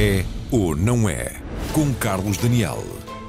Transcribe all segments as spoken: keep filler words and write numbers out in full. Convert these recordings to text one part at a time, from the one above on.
É ou não é? Com Carlos Daniel.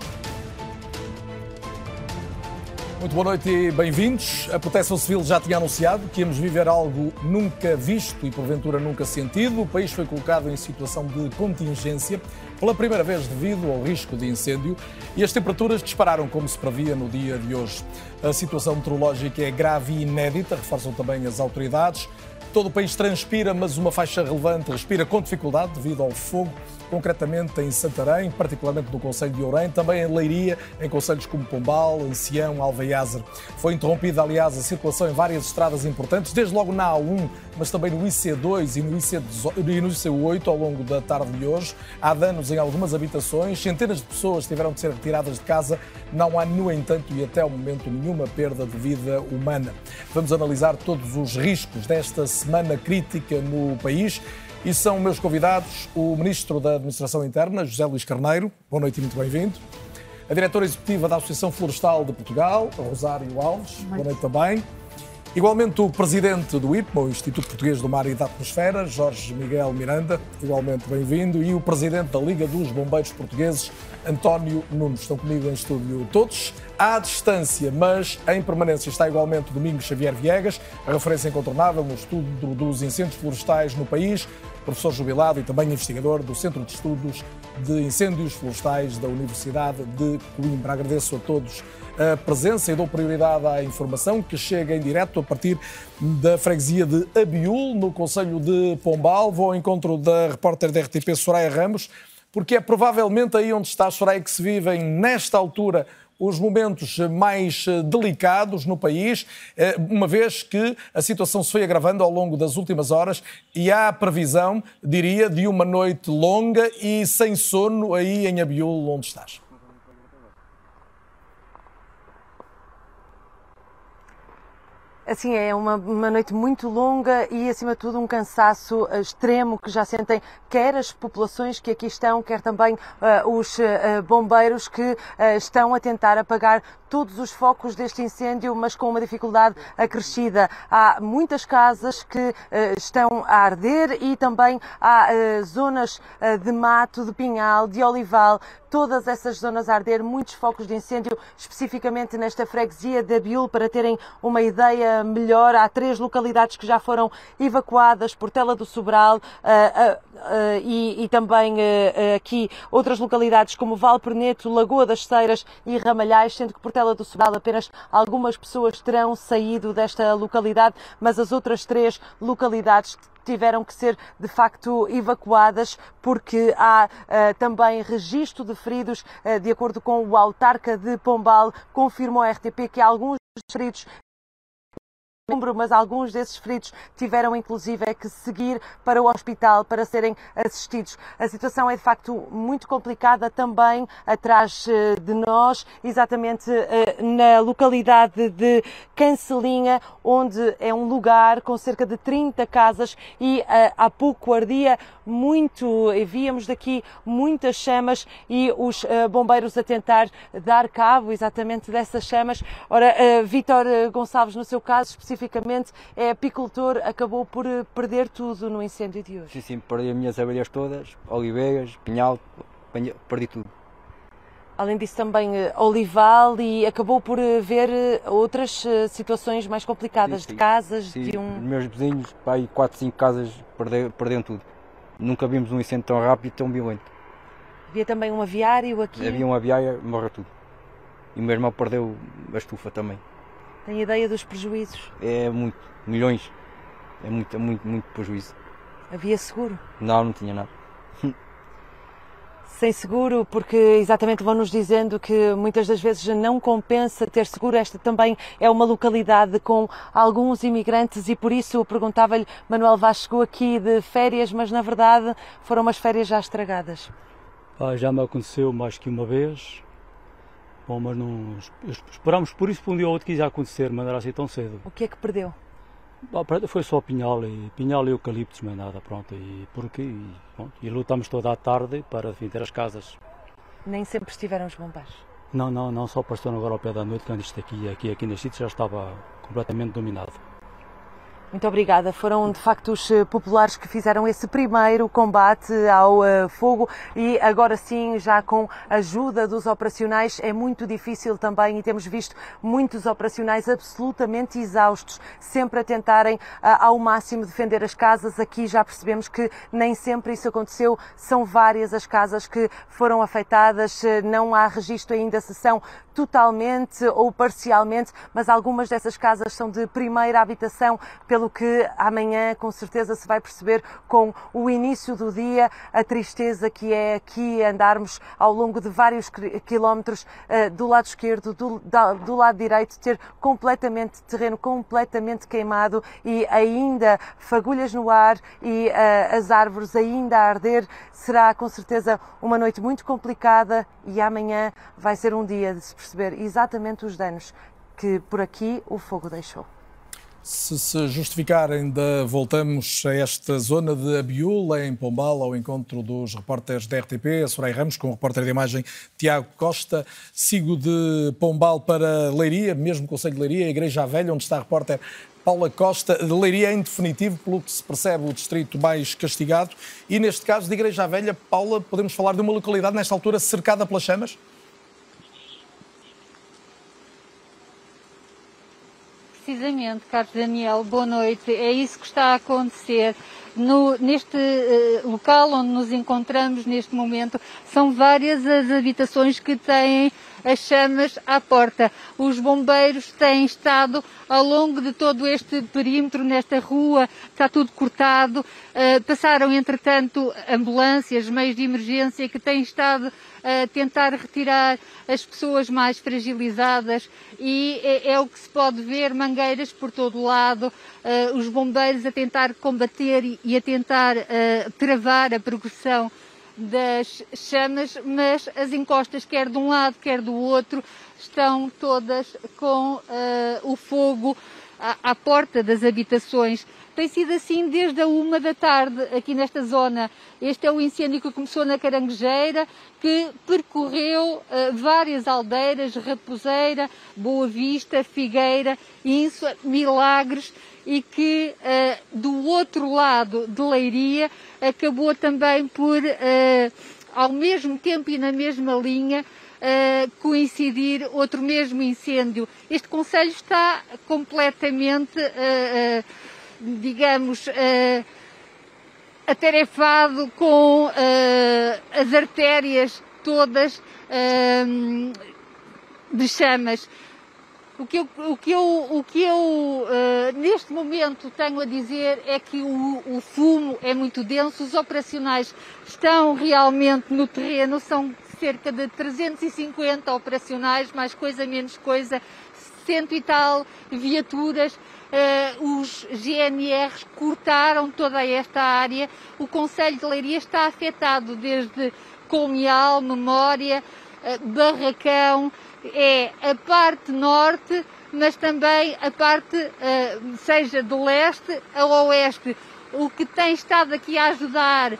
Muito boa noite e bem-vindos. A Proteção Civil já tinha anunciado que íamos viver algo nunca visto e porventura nunca sentido. O país foi colocado em situação de contingência pela primeira vez devido ao risco de incêndio e as temperaturas dispararam como se previa no dia de hoje. A situação meteorológica é grave e inédita, reforçam também as autoridades. Todo o país transpira, mas uma faixa relevante respira com dificuldade devido ao fogo, concretamente em Santarém, particularmente no concelho de Ourém, também em Leiria, em concelhos como Pombal, em Sião, Alveiazer. Foi interrompida, aliás, a circulação em várias estradas importantes, desde logo na A um, mas também no I C dois e no I C oito ao longo da tarde de hoje. Há danos em algumas habitações, centenas de pessoas tiveram de ser retiradas de casa. Não há, no entanto, e até o momento, nenhuma perda de vida humana. Vamos analisar todos os riscos desta semana crítica no país. E são meus convidados o Ministro da Administração Interna, José Luís Carneiro. Boa noite e muito bem-vindo. A Diretora Executiva da Associação Florestal de Portugal, Rosário Alves. Boa noite também. Igualmente o Presidente do I P M A, o Instituto Português do Mar e da Atmosfera, Jorge Miguel Miranda. Igualmente bem-vindo. E o Presidente da Liga dos Bombeiros Portugueses, António Nunes. Estão comigo em estúdio todos, à distância, mas em permanência está igualmente Domingos Xavier Viegas, a referência incontornável no estudo dos incêndios florestais no país, professor jubilado e também investigador do Centro de Estudos de Incêndios Florestais da Universidade de Coimbra. Agradeço a todos a presença e dou prioridade à informação que chega em direto a partir da freguesia de Abiúl, no concelho de Pombal. Vou ao encontro da repórter da R T P, Soraya Ramos, porque é provavelmente aí onde está, Soraya, que se vivem nesta altura os momentos mais delicados no país, uma vez que a situação se foi agravando ao longo das últimas horas e há a previsão, diria, de uma noite longa e sem sono aí em Abiúl, onde estás. Assim, é uma, uma noite muito longa e, acima de tudo, um cansaço extremo que já sentem quer as populações que aqui estão, quer também uh, os uh, bombeiros que uh, estão a tentar apagar todos os focos deste incêndio, mas com uma dificuldade acrescida. Há muitas casas que uh, estão a arder e também há uh, zonas uh, de mato, de pinhal, de olival, todas essas zonas a arder, muitos focos de incêndio, especificamente nesta freguesia de Abiúl. Para terem uma ideia melhor, há três localidades que já foram evacuadas: Portela do Sobral uh, uh, uh, e, e também uh, uh, aqui outras localidades como Valperneto, Lagoa das Ceiras e Ramalhais, sendo que Portela do Sobral apenas algumas pessoas terão saído desta localidade, mas as outras três localidades tiveram que ser, de facto, evacuadas porque há uh, também registro de feridos. Uh, de acordo com o autarca de Pombal, confirmou à R T P que há alguns feridos, mas alguns desses feridos tiveram inclusive que seguir para o hospital para serem assistidos. A situação é de facto muito complicada também atrás de nós, exatamente na localidade de Cancelinha, onde é um lugar com cerca de trinta casas e há pouco ardia muito, víamos daqui muitas chamas e os bombeiros a tentar dar cabo exatamente dessas chamas. Ora, Vítor Gonçalves, no seu caso especificamente, é apicultor, acabou por perder tudo no incêndio de hoje. Sim, sim, perdi as minhas abelhas todas, oliveiras, pinhal, perdi tudo. Além disso também olival, e acabou por ver outras situações mais complicadas, sim, sim, de casas, sim, de um... Os meus vizinhos, aí quatro, cinco casas perderam, perderam tudo. Nunca vimos um incêndio tão rápido e tão violento. Havia também um aviário aqui? Havia um aviário, morreu tudo. E o meu irmão perdeu a estufa também. Tem ideia dos prejuízos? É muito, milhões. É muito, é muito, muito prejuízo. Havia seguro? Não, não tinha nada. Sem seguro, porque exatamente vão-nos dizendo que muitas das vezes não compensa ter seguro. Esta também é uma localidade com alguns imigrantes e por isso perguntava-lhe, Manuel Vaz chegou aqui de férias, mas na verdade foram umas férias já estragadas. Ah, já me aconteceu mais que uma vez. Bom, mas não esperámos por isso para um dia ou outro que ia acontecer, mas não era assim tão cedo. O que é que perdeu? Foi só pinhal e, pinhal e eucaliptos, mais nada, pronto, e por aqui, e, pronto, e lutamos toda a tarde para defender as casas. Nem sempre estiveram os bombeiros? Não, não, não, só apareceram agora ao pé da noite, quando isto aqui, aqui, aqui neste sítio já estava completamente dominado. Muito obrigada. Foram, de facto, os populares que fizeram esse primeiro combate ao uh, fogo e agora sim, já com a ajuda dos operacionais, é muito difícil também e temos visto muitos operacionais absolutamente exaustos, sempre a tentarem uh, ao máximo defender as casas. Aqui já percebemos que nem sempre isso aconteceu. São várias as casas que foram afetadas. Não há registro ainda se são totalmente ou parcialmente, mas algumas dessas casas são de primeira habitação, pelo que amanhã com certeza se vai perceber com o início do dia a tristeza que é aqui andarmos ao longo de vários quilómetros uh, do lado esquerdo, do, da, do lado direito, ter completamente terreno completamente queimado e ainda fagulhas no ar e uh, as árvores ainda a arder. Será com certeza uma noite muito complicada e amanhã vai ser um dia de se perceber exatamente os danos que por aqui o fogo deixou. Se se justificar, ainda voltamos a esta zona de Abiúl, em Pombal, ao encontro dos repórteres da R T P, a Soraya Ramos, com o repórter de imagem Tiago Costa. Sigo de Pombal para Leiria, mesmo Concelho de Leiria, a Igreja Velha, onde está a repórter Paula Costa. De Leiria, em definitivo, pelo que se percebe, o distrito mais castigado. E neste caso de Igreja Velha, Paula, podemos falar de uma localidade, nesta altura, cercada pelas chamas? Precisamente, Carlos Daniel, boa noite. É isso que está a acontecer. No, neste uh, local onde nos encontramos neste momento, são várias as habitações que têm as chamas à porta. Os bombeiros têm estado ao longo de todo este perímetro, nesta rua, está tudo cortado. Uh, passaram, entretanto, ambulâncias, meios de emergência que têm estado a tentar retirar as pessoas mais fragilizadas e é, é o que se pode ver, mangueiras por todo o lado, uh, os bombeiros a tentar combater e, e a tentar uh, travar a progressão das chamas, mas as encostas, quer de um lado, quer do outro, estão todas com uh, o fogo à, à porta das habitações. Tem sido assim desde a uma da tarde aqui nesta zona. Este é o incêndio que começou na Caranguejeira, que percorreu uh, várias aldeiras, Raposeira, Boa Vista, Figueira, Insua, Milagres, e que uh, do outro lado de Leiria acabou também por, uh, ao mesmo tempo e na mesma linha, uh, coincidir outro mesmo incêndio. Este concelho está completamente, uh, uh, digamos, uh, atarefado com uh, as artérias todas uh, de chamas. O que eu, o que eu, o que eu uh, neste momento tenho a dizer é que o, o fumo é muito denso, os operacionais estão realmente no terreno, são cerca de trezentos e cinquenta operacionais, mais coisa, menos coisa, cento e tal viaturas. Uh, os G N Rs cortaram toda esta área. O Concelho de Leiria está afetado desde Colmeal, Memória, uh, Barracão, é a parte norte, mas também a parte, uh, seja do leste a oeste. O que tem estado aqui a ajudar uh,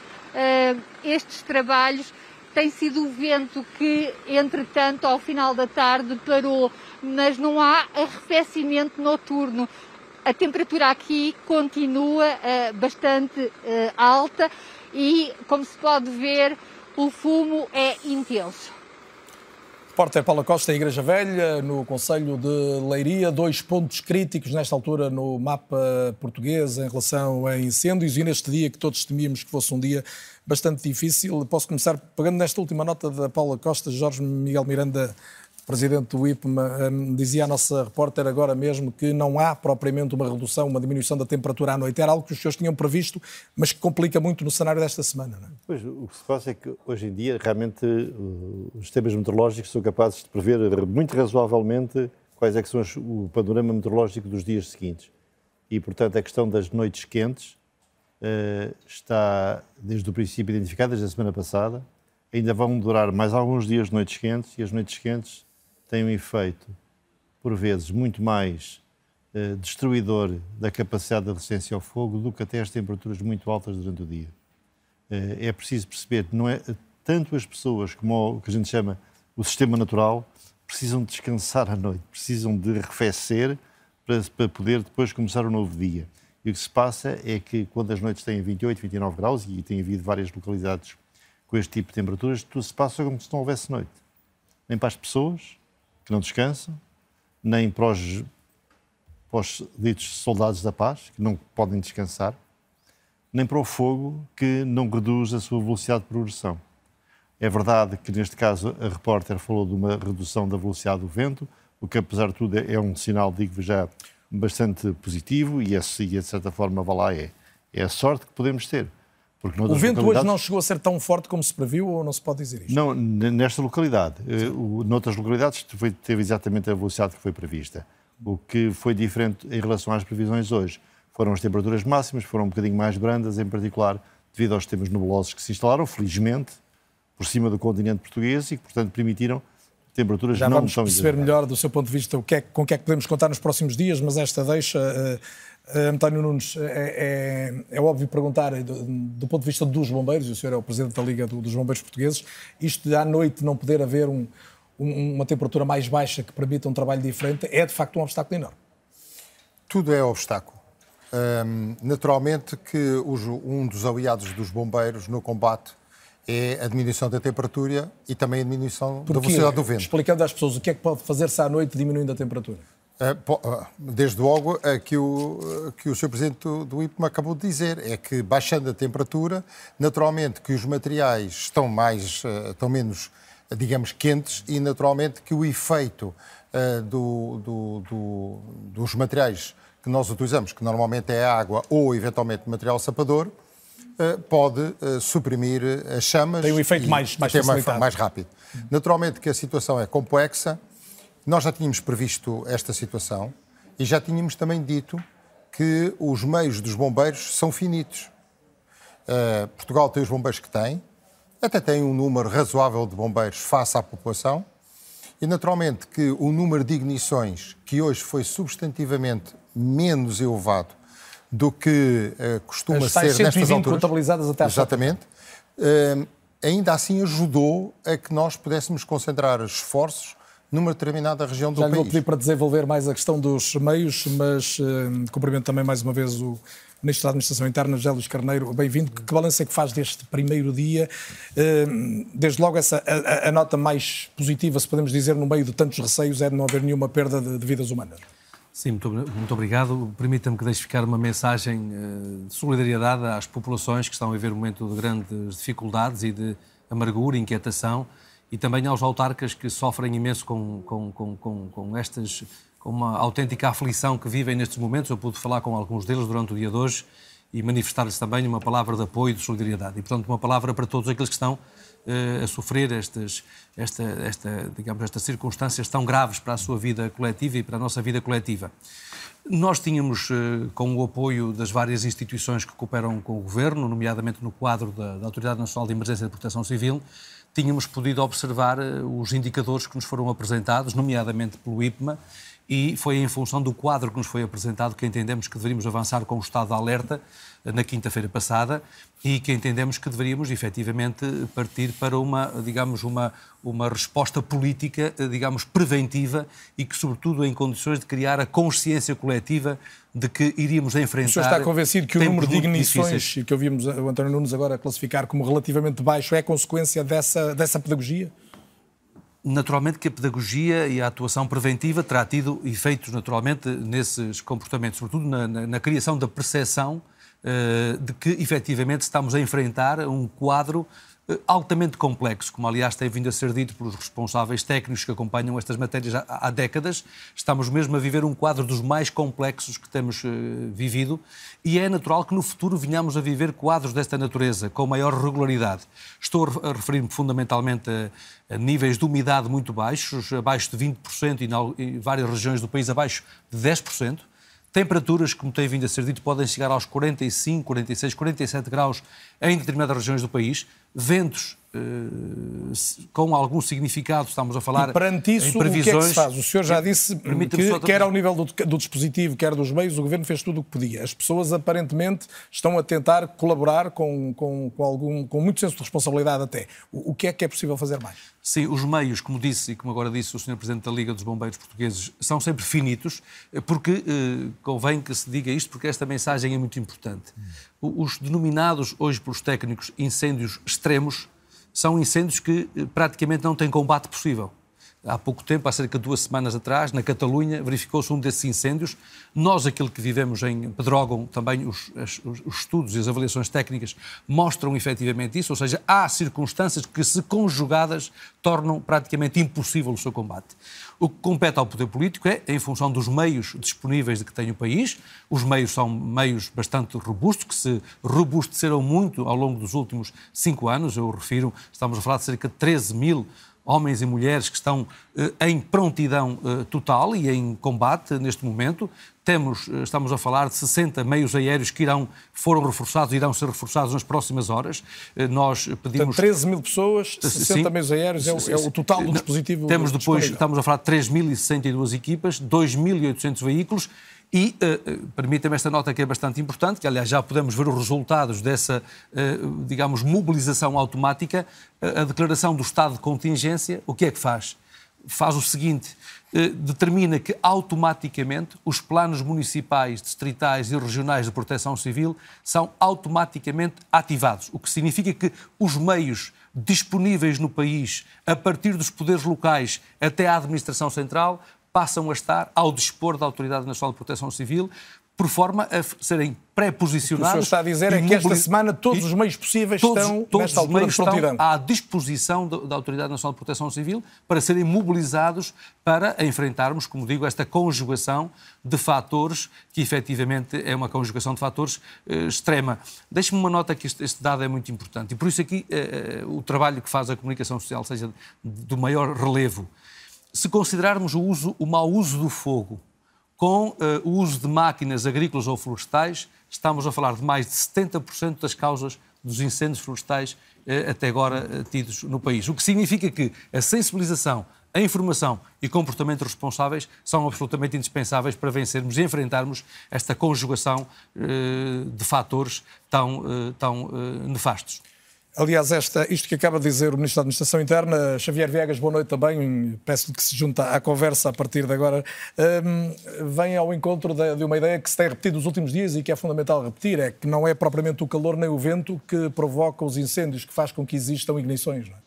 estes trabalhos tem sido o vento que, entretanto, ao final da tarde parou, mas não há arrefecimento noturno. A temperatura aqui continua uh, bastante uh, alta e, como se pode ver, o fumo é intenso. Repórter Paula Costa, Igreja Velha, no Concelho de Leiria, dois pontos críticos nesta altura no mapa português em relação a incêndios e neste dia que todos temíamos que fosse um dia bastante difícil. Posso começar pegando nesta última nota da Paula Costa. Jorge Miguel Miranda, presidente do I P M, dizia à nossa repórter agora mesmo que não há propriamente uma redução, uma diminuição da temperatura à noite. Era algo que os senhores tinham previsto, mas que complica muito no cenário desta semana, não é? Pois, o que se passa é que hoje em dia realmente os sistemas meteorológicos são capazes de prever muito razoavelmente quais é que são o panorama meteorológico dos dias seguintes. E, portanto, a questão das noites quentes uh, está desde o princípio identificada, desde a semana passada. Ainda vão durar mais alguns dias de noites quentes e as noites quentes têm um efeito, por vezes, muito mais uh, destruidor da capacidade de resistência ao fogo do que até as temperaturas muito altas durante o dia. Uh, é preciso perceber que não é tanto as pessoas como o que a gente chama o sistema natural precisam descansar à noite, precisam de arrefecer para, para poder depois começar um novo dia. E o que se passa é que quando as noites têm vinte e oito, vinte e nove graus, e tem havido várias localidades com este tipo de temperaturas, tudo se passa como se não houvesse noite. Nem para as pessoas, que não descansam, nem para os, para os ditos soldados da paz, que não podem descansar, nem para o fogo, que não reduz a sua velocidade de progressão. É verdade que, neste caso, a repórter falou de uma redução da velocidade do vento, o que, apesar de tudo, é um sinal, digo já, bastante positivo e, esse, de certa forma, vá lá, é, é a sorte que podemos ter. Porque o vento localidades... hoje não chegou a ser tão forte como se previu, ou não se pode dizer isto? Não, nesta localidade. Sim. Noutras localidades teve exatamente a velocidade que foi prevista. O que foi diferente em relação às previsões hoje foram as temperaturas máximas, foram um bocadinho mais brandas, em particular devido aos sistemas nebulosos que se instalaram, felizmente, por cima do continente português e que, portanto, permitiram temperaturas Já não vamos tão perceber exageradas. melhor, do seu ponto de vista, o que é, com o que é que podemos contar nos próximos dias, mas esta deixa... Uh, uh, António Nunes, é, é, é óbvio perguntar, do, do ponto de vista dos bombeiros, e o senhor é o presidente da Liga do, dos Bombeiros Portugueses, isto de à noite não poder haver um, um, uma temperatura mais baixa que permita um trabalho diferente, é de facto um obstáculo enorme. Tudo é obstáculo. Um, naturalmente que os, um dos aliados dos bombeiros no combate é a diminuição da temperatura e também a diminuição Porquê? da velocidade do vento. Explicando às pessoas o que é que pode fazer-se à noite diminuindo a temperatura. Desde logo, que o, que o senhor Presidente do, do I P M acabou de dizer, é que baixando a temperatura, naturalmente que os materiais estão, mais, estão menos, digamos, quentes e naturalmente que o efeito uh, do, do, do, dos materiais que nós utilizamos, que normalmente é a água ou eventualmente material sapador, uh, pode uh, suprimir as chamas. Tem um efeito e, mais, mais, mais, mais rápido. Naturalmente que a situação é complexa. Nós já tínhamos previsto esta situação e já tínhamos também dito que os meios dos bombeiros são finitos. Uh, Portugal tem os bombeiros que tem, até tem um número razoável de bombeiros face à população e, naturalmente, que o número de ignições, que hoje foi substantivamente menos elevado do que uh, costuma As ser nestas alturas, contabilizadas até às exatamente, uh, ainda assim ajudou a que nós pudéssemos concentrar os esforços numa determinada região do Já país. Já vou pedir para desenvolver mais a questão dos meios, mas uh, cumprimento também mais uma vez o Ministro da Administração Interna, José Luís Carneiro. Bem-vindo. Que, que balanço é que faz deste primeiro dia? Uh, desde logo, essa, a, a nota mais positiva, se podemos dizer, no meio de tantos receios, é de não haver nenhuma perda de, de vidas humanas. Sim, muito, muito obrigado. Permita-me que deixe ficar uma mensagem uh, de solidariedade às populações que estão a viver um momento de grandes dificuldades e de amargura, inquietação, e também aos autarcas que sofrem imenso com, com, com, com, com estas, com uma autêntica aflição que vivem nestes momentos. Eu pude falar com alguns deles durante o dia de hoje e manifestar-lhes também uma palavra de apoio e de solidariedade. E, portanto, uma palavra para todos aqueles que estão uh, a sofrer estas, esta, esta, digamos, estas circunstâncias tão graves para a sua vida coletiva e para a nossa vida coletiva. Nós tínhamos, uh, com o apoio das várias instituições que cooperam com o Governo, nomeadamente no quadro da, da Autoridade Nacional de Emergência e de Proteção Civil, tínhamos podido observar os indicadores que nos foram apresentados, nomeadamente pelo I P M A, e foi em função do quadro que nos foi apresentado que entendemos que deveríamos avançar com o estado de alerta na quinta-feira passada e que entendemos que deveríamos efetivamente partir para uma, digamos, uma, uma resposta política, digamos, preventiva e que, sobretudo, em condições de criar a consciência coletiva de que iríamos enfrentar... O senhor está convencido que o número de ignições que ouvimos o António Nunes agora classificar como relativamente baixo é consequência dessa, dessa pedagogia? Naturalmente que a pedagogia e a atuação preventiva terá tido efeitos, naturalmente, nesses comportamentos, sobretudo na, na, na criação da percepção uh, de que, efetivamente, estamos a enfrentar um quadro uh, altamente complexo, como, aliás, tem vindo a ser dito pelos responsáveis técnicos que acompanham estas matérias há, há décadas. Estamos mesmo a viver um quadro dos mais complexos que temos uh, vivido e é natural que no futuro venhamos a viver quadros desta natureza, com maior regularidade. Estou a referir-me fundamentalmente a, a níveis de umidade muito baixos, abaixo de vinte por cento e em várias regiões do país abaixo de dez por cento. Temperaturas, como tem vindo a ser dito, podem chegar aos quarenta e cinco, quarenta e seis, quarenta e sete graus em determinadas regiões do país. Ventos uh, com algum significado, estamos a falar e perante isso, em previsões... o que é que se faz? O senhor já disse que, só... quer ao nível do, do dispositivo, quer dos meios, o Governo fez tudo o que podia. As pessoas, aparentemente, estão a tentar colaborar com, com, com, algum, com muito senso de responsabilidade até. O, o que é que é possível fazer mais? Sim, os meios, como disse e como agora disse o senhor Presidente da Liga dos Bombeiros Portugueses, são sempre finitos, porque eh, convém que se diga isto, porque esta mensagem é muito importante. Os denominados, hoje pelos técnicos, incêndios extremos, são incêndios que eh, praticamente não têm combate possível. Há pouco tempo, há cerca de duas semanas atrás, na Catalunha, verificou-se um desses incêndios. Nós, aquilo que vivemos em Pedrógão, também os, os, os estudos e as avaliações técnicas mostram efetivamente isso, ou seja, há circunstâncias que, se conjugadas, tornam praticamente impossível o seu combate. O que compete ao poder político é, em função dos meios disponíveis de que tem o país, os meios são meios bastante robustos, que se robusteceram muito ao longo dos últimos cinco anos, eu refiro, estamos a falar de cerca de treze mil homens e mulheres que estão eh, em prontidão eh, total e em combate neste momento. Temos, eh, estamos a falar de sessenta meios aéreos que irão, foram reforçados e irão ser reforçados nas próximas horas. Eh, nós pedimos... Portanto, treze mil pessoas, sessenta Sim. meios aéreos, é o, é o total do dispositivo. Temos depois, disponível. Estamos a falar de três mil e sessenta e duas equipas, dois mil e oitocentos veículos. E, uh, permita-me esta nota que é bastante importante, que aliás já podemos ver os resultados dessa, uh, digamos, mobilização automática. Uh, a declaração do estado de contingência, o que é que faz? Faz o seguinte, uh, determina que automaticamente os planos municipais, distritais e regionais de proteção civil são automaticamente ativados, o que significa que os meios disponíveis no país, a partir dos poderes locais até à administração central, passam a estar ao dispor da Autoridade Nacional de Proteção Civil, por forma a serem pré-posicionados. O que o senhor está a dizer é que esta semana todos os meios possíveis todos, estão, todos nesta altura, de prontidão. Estão à disposição da Autoridade Nacional de Proteção Civil para serem mobilizados para enfrentarmos, como digo, esta conjugação de fatores, que efetivamente é uma conjugação de fatores eh, extrema. Deixe-me uma nota que este, este dado é muito importante, e por isso aqui eh, o trabalho que faz a comunicação social seja do maior relevo. Se considerarmos o, uso, o mau uso do fogo com uh, o uso de máquinas agrícolas ou florestais, estamos a falar de mais de setenta por cento das causas dos incêndios florestais uh, até agora uh, tidos no país. O que significa que a sensibilização, a informação e comportamentos responsáveis são absolutamente indispensáveis para vencermos e enfrentarmos esta conjugação uh, de fatores tão, uh, tão uh, nefastos. Aliás, esta, isto que acaba de dizer o Ministro da Administração Interna, Xavier Viegas, boa noite também, peço-lhe que se junte à conversa a partir de agora, um, vem ao encontro de, de uma ideia que se tem repetido nos últimos dias e que é fundamental repetir, é que não é propriamente o calor nem o vento que provoca os incêndios, que faz com que existam ignições, não é?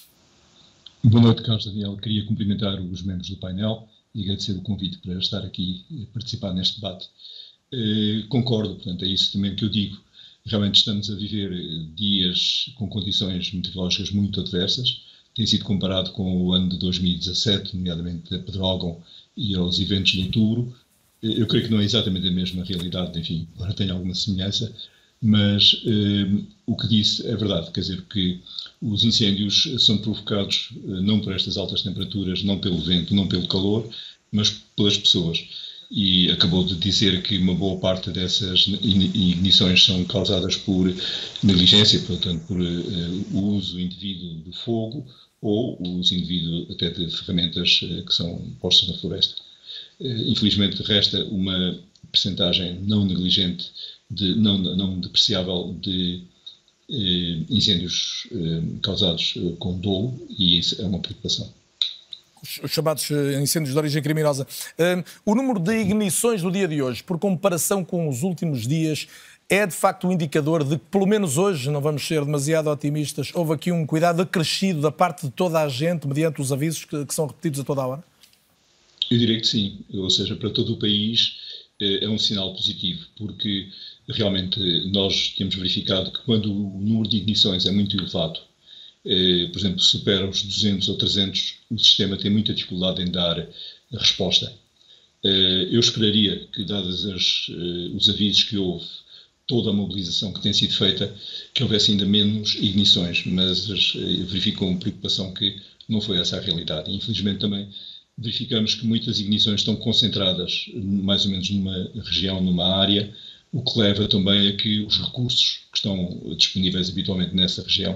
Boa noite, Carlos Daniel. Queria cumprimentar os membros do painel e agradecer o convite para estar aqui e participar neste debate. Uh, concordo, portanto, é isso também que eu digo. Realmente estamos a viver dias com condições meteorológicas muito adversas. Tem sido comparado com o ano de dois mil e dezassete, nomeadamente a Pedrógão e aos eventos de outubro. Eu creio que não é exatamente a mesma realidade, enfim, embora tenha alguma semelhança, mas eh, o que disse é verdade, quer dizer que os incêndios são provocados eh, não por estas altas temperaturas, não pelo vento, não pelo calor, mas pelas pessoas. E acabou de dizer que uma boa parte dessas ignições são causadas por negligência, portanto, por uh, o uso indevido do fogo ou o uso indevido até de ferramentas uh, que são postas na floresta. Uh, infelizmente, resta uma percentagem não negligente, de, não, não depreciável de uh, incêndios uh, causados uh, com dolo, e isso é uma preocupação. Os chamados incêndios de origem criminosa. O número de ignições do dia de hoje, por comparação com os últimos dias, é de facto um indicador de que, pelo menos hoje, não vamos ser demasiado otimistas, houve aqui um cuidado acrescido da parte de toda a gente, mediante os avisos que, que são repetidos a toda a hora? Eu diria que sim, ou seja, para todo o país é um sinal positivo, porque realmente nós temos verificado que quando o número de ignições é muito elevado, por exemplo, supera os duzentos ou trezentos, o sistema tem muita dificuldade em dar a resposta. Eu esperaria que, dados as, os avisos que houve, toda a mobilização que tem sido feita, que houvesse ainda menos ignições, mas verifico com preocupação que não foi essa a realidade. E, infelizmente, também verificamos que muitas ignições estão concentradas mais ou menos numa região, numa área, o que leva também a que os recursos que estão disponíveis habitualmente nessa região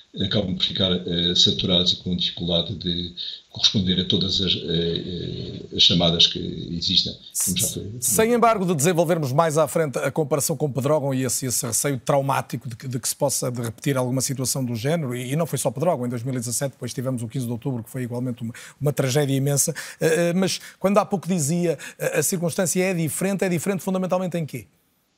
acabam por ficar uh, saturados e com dificuldade de corresponder a todas as, uh, as chamadas que existem. Como já foi. Sem embargo de desenvolvermos mais à frente a comparação com Pedrógão e esse, esse receio traumático de que, de que se possa de repetir alguma situação do género, e, e não foi só Pedrógão, em dois mil e dezassete depois tivemos o quinze de outubro, que foi igualmente uma, uma tragédia imensa, uh, uh, mas quando há pouco dizia uh, a circunstância é diferente, é diferente fundamentalmente em quê?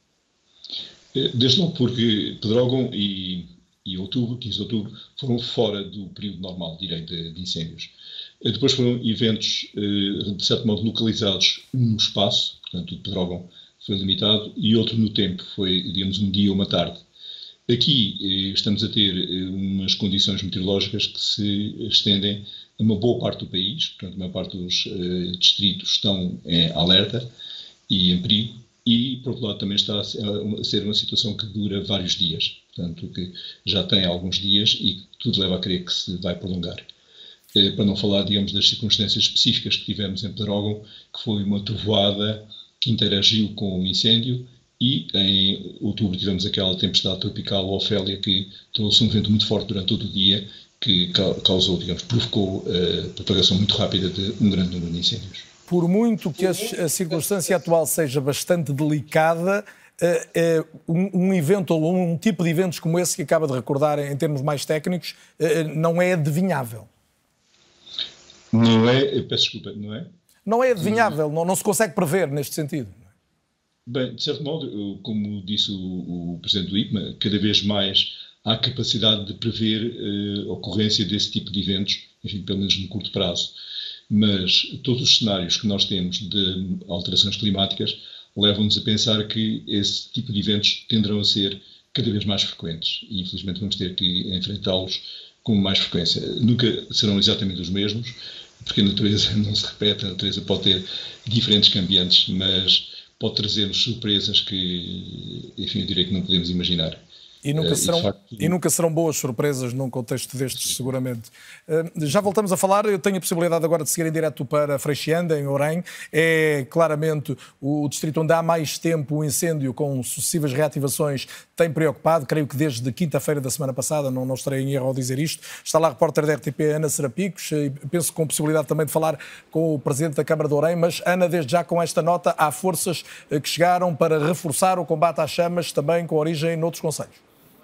Desde logo porque Pedrógão e, e outubro, quinze de outubro, foram fora do período normal de direito de, de incêndios. Depois foram eventos, de certo modo, localizados, um no espaço, portanto o de Pedrógão foi limitado, e outro no tempo, foi, digamos, um dia ou uma tarde. Aqui estamos a ter umas condições meteorológicas que se estendem a uma boa parte do país, portanto a maior parte dos distritos estão em alerta e em perigo, e, por outro lado, também está a ser uma situação que dura vários dias, portanto, que já tem alguns dias e que tudo leva a crer que se vai prolongar. Para não falar, digamos, das circunstâncias específicas que tivemos em Pedrógão, que foi uma trovoada que interagiu com o incêndio, e em outubro tivemos aquela tempestade tropical Ofélia que trouxe um vento muito forte durante todo o dia, que causou, digamos, provocou a propagação muito rápida de um grande número de incêndios. Por muito que a circunstância atual seja bastante delicada, um, um evento ou um tipo de eventos como esse que acaba de recordar em termos mais técnicos não é adivinhável. Não é, eu peço desculpa, não é? Não é adivinhável, não, não se consegue prever neste sentido. Bem, de certo modo, como disse o, o Presidente do I P M A, cada vez mais há capacidade de prever uh, a ocorrência desse tipo de eventos, enfim, pelo menos no curto prazo. Mas todos os cenários que nós temos de alterações climáticas levam-nos a pensar que esse tipo de eventos tenderão a ser cada vez mais frequentes e, infelizmente, vamos ter que enfrentá-los com mais frequência. Nunca serão exatamente os mesmos, porque a natureza não se repete, a natureza pode ter diferentes cambiantes, mas pode trazer-nos surpresas que, enfim, eu diria que não podemos imaginar. E nunca, serão, e, facto, e nunca serão boas surpresas num contexto destes, seguramente. Já voltamos a falar, eu tenho a possibilidade agora de seguir em direto para Freixianda, em Orém. É claramente o distrito onde há mais tempo o incêndio, com sucessivas reativações, tem preocupado, creio que desde quinta-feira da semana passada, não, não estarei em erro ao dizer isto. Está lá a repórter da R T P, Ana Serapicos, penso com possibilidade também de falar com o Presidente da Câmara de Orém, mas Ana, desde já com esta nota, há forças que chegaram para reforçar o combate às chamas, também com origem noutros concelhos.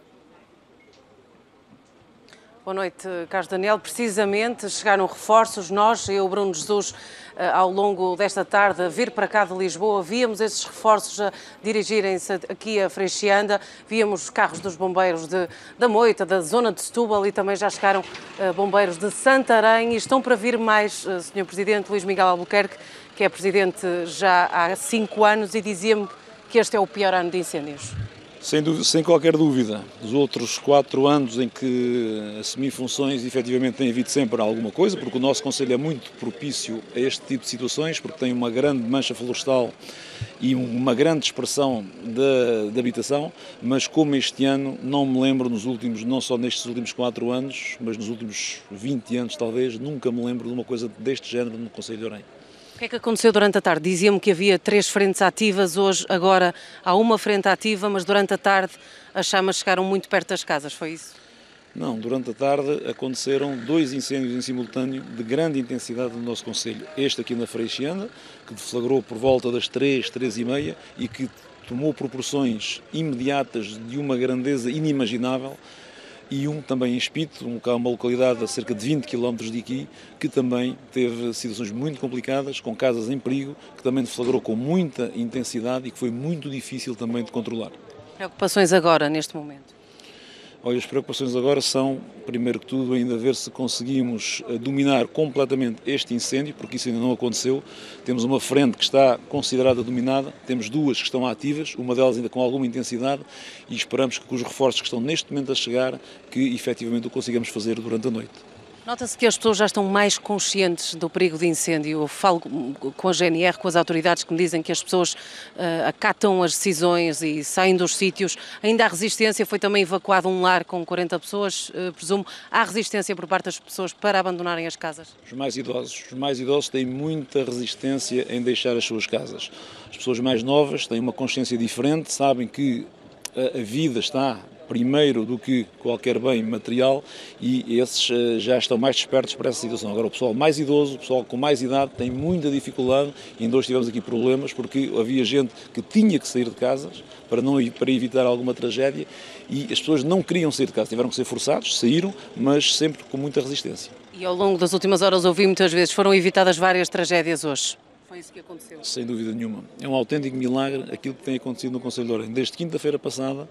Boa noite, Carlos Daniel. Precisamente chegaram reforços. Nós, eu, Bruno Jesus, ao longo desta tarde, a vir para cá de Lisboa, víamos esses reforços a dirigirem-se aqui a Freixianda, víamos carros dos bombeiros de, da Moita, da zona de Setúbal, e também já chegaram uh, bombeiros de Santarém, e estão para vir mais, uh, senhor Presidente Luís Miguel Albuquerque, que é Presidente já há cinco anos, e dizia-me que este é o pior ano de incêndios. Sem, dúvida, sem qualquer dúvida. Os outros quatro anos em que assumi funções, efetivamente tem havido sempre alguma coisa, porque o nosso Conselho é muito propício a este tipo de situações, porque tem uma grande mancha florestal e uma grande dispersão de, de habitação, mas como este ano, não me lembro nos últimos, não só nestes últimos quatro anos, mas nos últimos vinte anos talvez, nunca me lembro de uma coisa deste género no Conselho de Orém. O que é que aconteceu durante a tarde? Dizia-me que havia três frentes ativas, hoje agora há uma frente ativa, mas durante a tarde as chamas chegaram muito perto das casas, foi isso? Não, durante a tarde aconteceram dois incêndios em simultâneo de grande intensidade no nosso concelho. Este aqui na Freixianda, que deflagrou por volta das três, três e meia e que tomou proporções imediatas de uma grandeza inimaginável, e um também em Espito, uma localidade a cerca de vinte quilómetros de aqui, que também teve situações muito complicadas, com casas em perigo, que também deflagrou com muita intensidade e que foi muito difícil também de controlar. Preocupações agora, neste momento? Olha, as preocupações agora são, primeiro que tudo, ainda ver se conseguimos dominar completamente este incêndio, porque isso ainda não aconteceu. Temos uma frente que está considerada dominada, temos duas que estão ativas, uma delas ainda com alguma intensidade, e esperamos que com os reforços que estão neste momento a chegar, que efetivamente o consigamos fazer durante a noite. Nota-se que as pessoas já estão mais conscientes do perigo de incêndio. Eu falo com a G N R, com as autoridades que me dizem que as pessoas uh, acatam as decisões e saem dos sítios. Ainda há resistência, foi também evacuado um lar com quarenta pessoas, uh, presumo. Há resistência por parte das pessoas para abandonarem as casas? Os mais idosos. Os mais idosos têm muita resistência em deixar as suas casas. As pessoas mais novas têm uma consciência diferente, sabem que a, a vida está primeiro do que qualquer bem material, e esses já estão mais despertos para essa situação. Agora, o pessoal mais idoso, o pessoal com mais idade, tem muita dificuldade, e ainda hoje tivemos aqui problemas, porque havia gente que tinha que sair de casas para, não, para evitar alguma tragédia, e as pessoas não queriam sair de casa, tiveram que ser forçados, saíram, mas sempre com muita resistência. E ao longo das últimas horas ouvi muitas vezes, foram evitadas várias tragédias hoje. Foi isso que aconteceu? Sem dúvida nenhuma. É um autêntico milagre aquilo que tem acontecido no Concelho de Orem. Desde quinta-feira passada,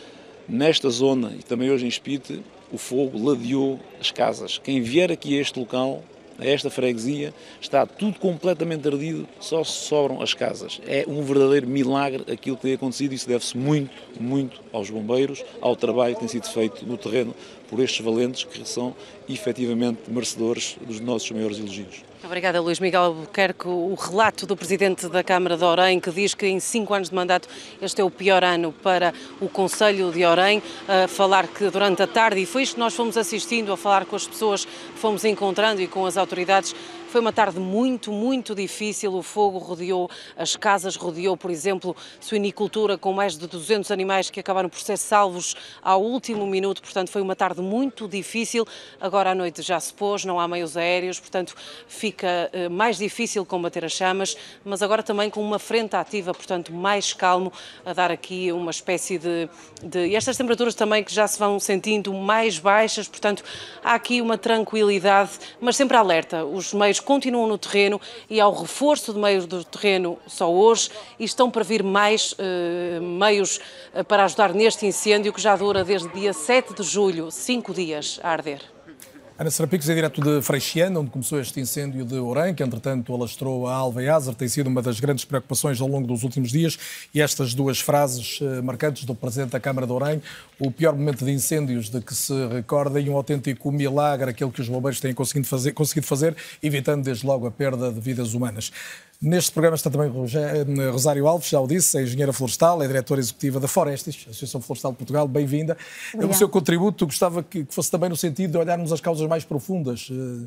nesta zona e também hoje em Espite, o fogo ladeou as casas. Quem vier aqui a este local, a esta freguesia, está tudo completamente ardido, só sobram as casas. É um verdadeiro milagre aquilo que tem acontecido, e isso deve-se muito, muito aos bombeiros, ao trabalho que tem sido feito no terreno por estes valentes, que são efetivamente merecedores dos nossos maiores elogios. Obrigada, Luís Miguel Albuquerque. O relato do Presidente da Câmara de Orem, que diz que em cinco anos de mandato este é o pior ano para o Concelho de Orem, a falar que durante a tarde, e foi isto que nós fomos assistindo, a falar com as pessoas que fomos encontrando e com as autoridades, foi uma tarde muito, muito difícil. O fogo rodeou as casas, rodeou, por exemplo, suinicultura com mais de duzentos animais que acabaram por ser salvos ao último minuto. Portanto, foi uma tarde muito difícil. Agora à noite já se pôs, não há meios aéreos, portanto, fica eh, mais difícil combater as chamas, mas agora também com uma frente ativa, portanto, mais calmo, a dar aqui uma espécie de, de... E estas temperaturas também que já se vão sentindo mais baixas, portanto, há aqui uma tranquilidade, mas sempre alerta. Os meios continuam no terreno e ao reforço de meios do terreno só hoje, e estão para vir mais eh, meios eh, para ajudar neste incêndio que já dura desde dia sete de julho, cinco dias a arder. Ana Serapicos é direto de Freixiana, onde começou este incêndio de Orem, que entretanto alastrou a Alva e Azer, tem sido uma das grandes preocupações ao longo dos últimos dias, e estas duas frases uh, marcantes do Presidente da Câmara de Orem: o pior momento de incêndios de que se recorda e um autêntico milagre aquele que os bombeiros têm conseguido fazer, conseguido fazer, evitando desde logo a perda de vidas humanas. Neste programa está também Rosário Alves, já o disse, é engenheira florestal, é diretora executiva da Forestis, Associação Florestal de Portugal. Bem-vinda. O seu contributo gostava que fosse também no sentido de olharmos as causas mais profundas,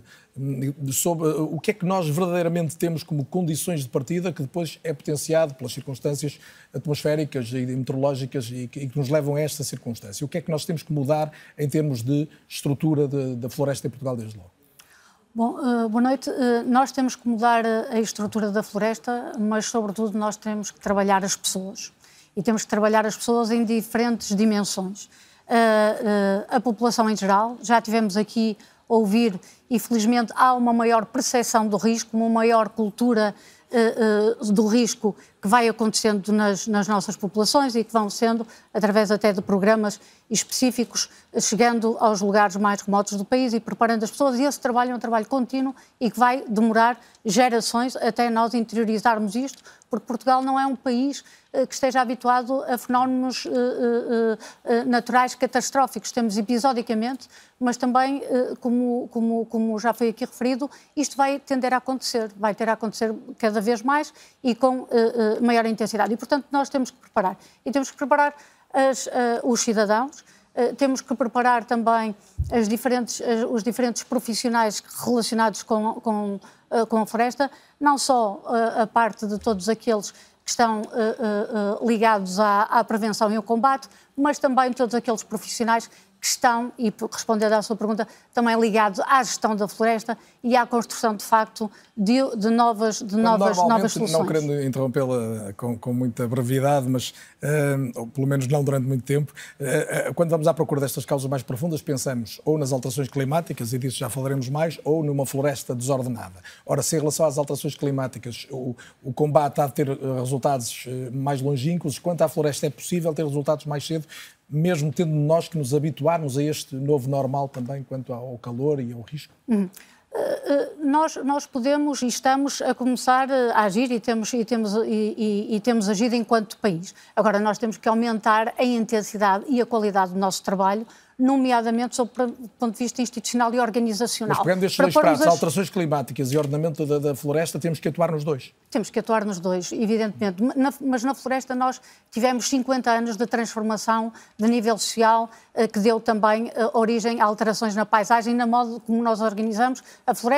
sobre o que é que nós verdadeiramente temos como condições de partida, que depois é potenciado pelas circunstâncias atmosféricas e meteorológicas e que nos levam a esta circunstância. O que é que nós temos que mudar em termos de estrutura da floresta em Portugal desde logo? Bom, uh, boa noite. Uh, nós temos que mudar a estrutura da floresta, mas, sobretudo, nós temos que trabalhar as pessoas. E temos que trabalhar as pessoas em diferentes dimensões. Uh, uh, a população em geral, já tivemos aqui a ouvir, e felizmente há uma maior percepção do risco, uma maior cultura uh, uh, do risco que vai acontecendo nas, nas nossas populações e que vão sendo, através até de programas específicos, chegando aos lugares mais remotos do país e preparando as pessoas. E esse trabalho é um trabalho contínuo e que vai demorar gerações até nós interiorizarmos isto, porque Portugal não é um país uh, que esteja habituado a fenómenos uh, uh, uh, naturais catastróficos. Temos episodicamente, mas também, uh, como, como, como já foi aqui referido, isto vai tender a acontecer, vai ter a acontecer cada vez mais e com uh, uh, maior intensidade. E, portanto, nós temos que preparar. E temos que preparar as, uh, os cidadãos, uh, temos que preparar também as diferentes, uh, os diferentes profissionais relacionados com, com, uh, com a floresta, não só uh, a parte de todos aqueles que estão uh, uh, uh, ligados à, à prevenção e ao combate, mas também todos aqueles profissionais que estão, e respondendo à sua pergunta, também ligados à gestão da floresta e à construção, de facto, de, de, novas, de novas, novas soluções. Não querendo interrompê-la com, com muita brevidade, mas, uh, ou pelo menos não durante muito tempo, uh, uh, quando vamos à procura destas causas mais profundas, pensamos ou nas alterações climáticas, e disso já falaremos mais, ou numa floresta desordenada. Ora, se em relação às alterações climáticas o, o combate há de ter resultados mais longínquos, quanto à floresta é possível ter resultados mais cedo, mesmo tendo nós que nos habituarmos a este novo normal também quanto ao calor e ao risco? Uhum. Uh, uh, nós, nós podemos e estamos a começar a agir e temos, e, temos, e, e, e temos agido enquanto país. Agora, nós temos que aumentar a intensidade e a qualidade do nosso trabalho, nomeadamente sob o ponto de vista institucional e organizacional. Mas pegando estes dois pratos, as... alterações climáticas e ordenamento da, da floresta, temos que atuar nos dois? Temos que atuar nos dois, evidentemente. Na, mas na floresta nós tivemos cinquenta anos de transformação de nível social, que deu também origem a alterações na paisagem e na modo como nós organizamos a floresta, as nossas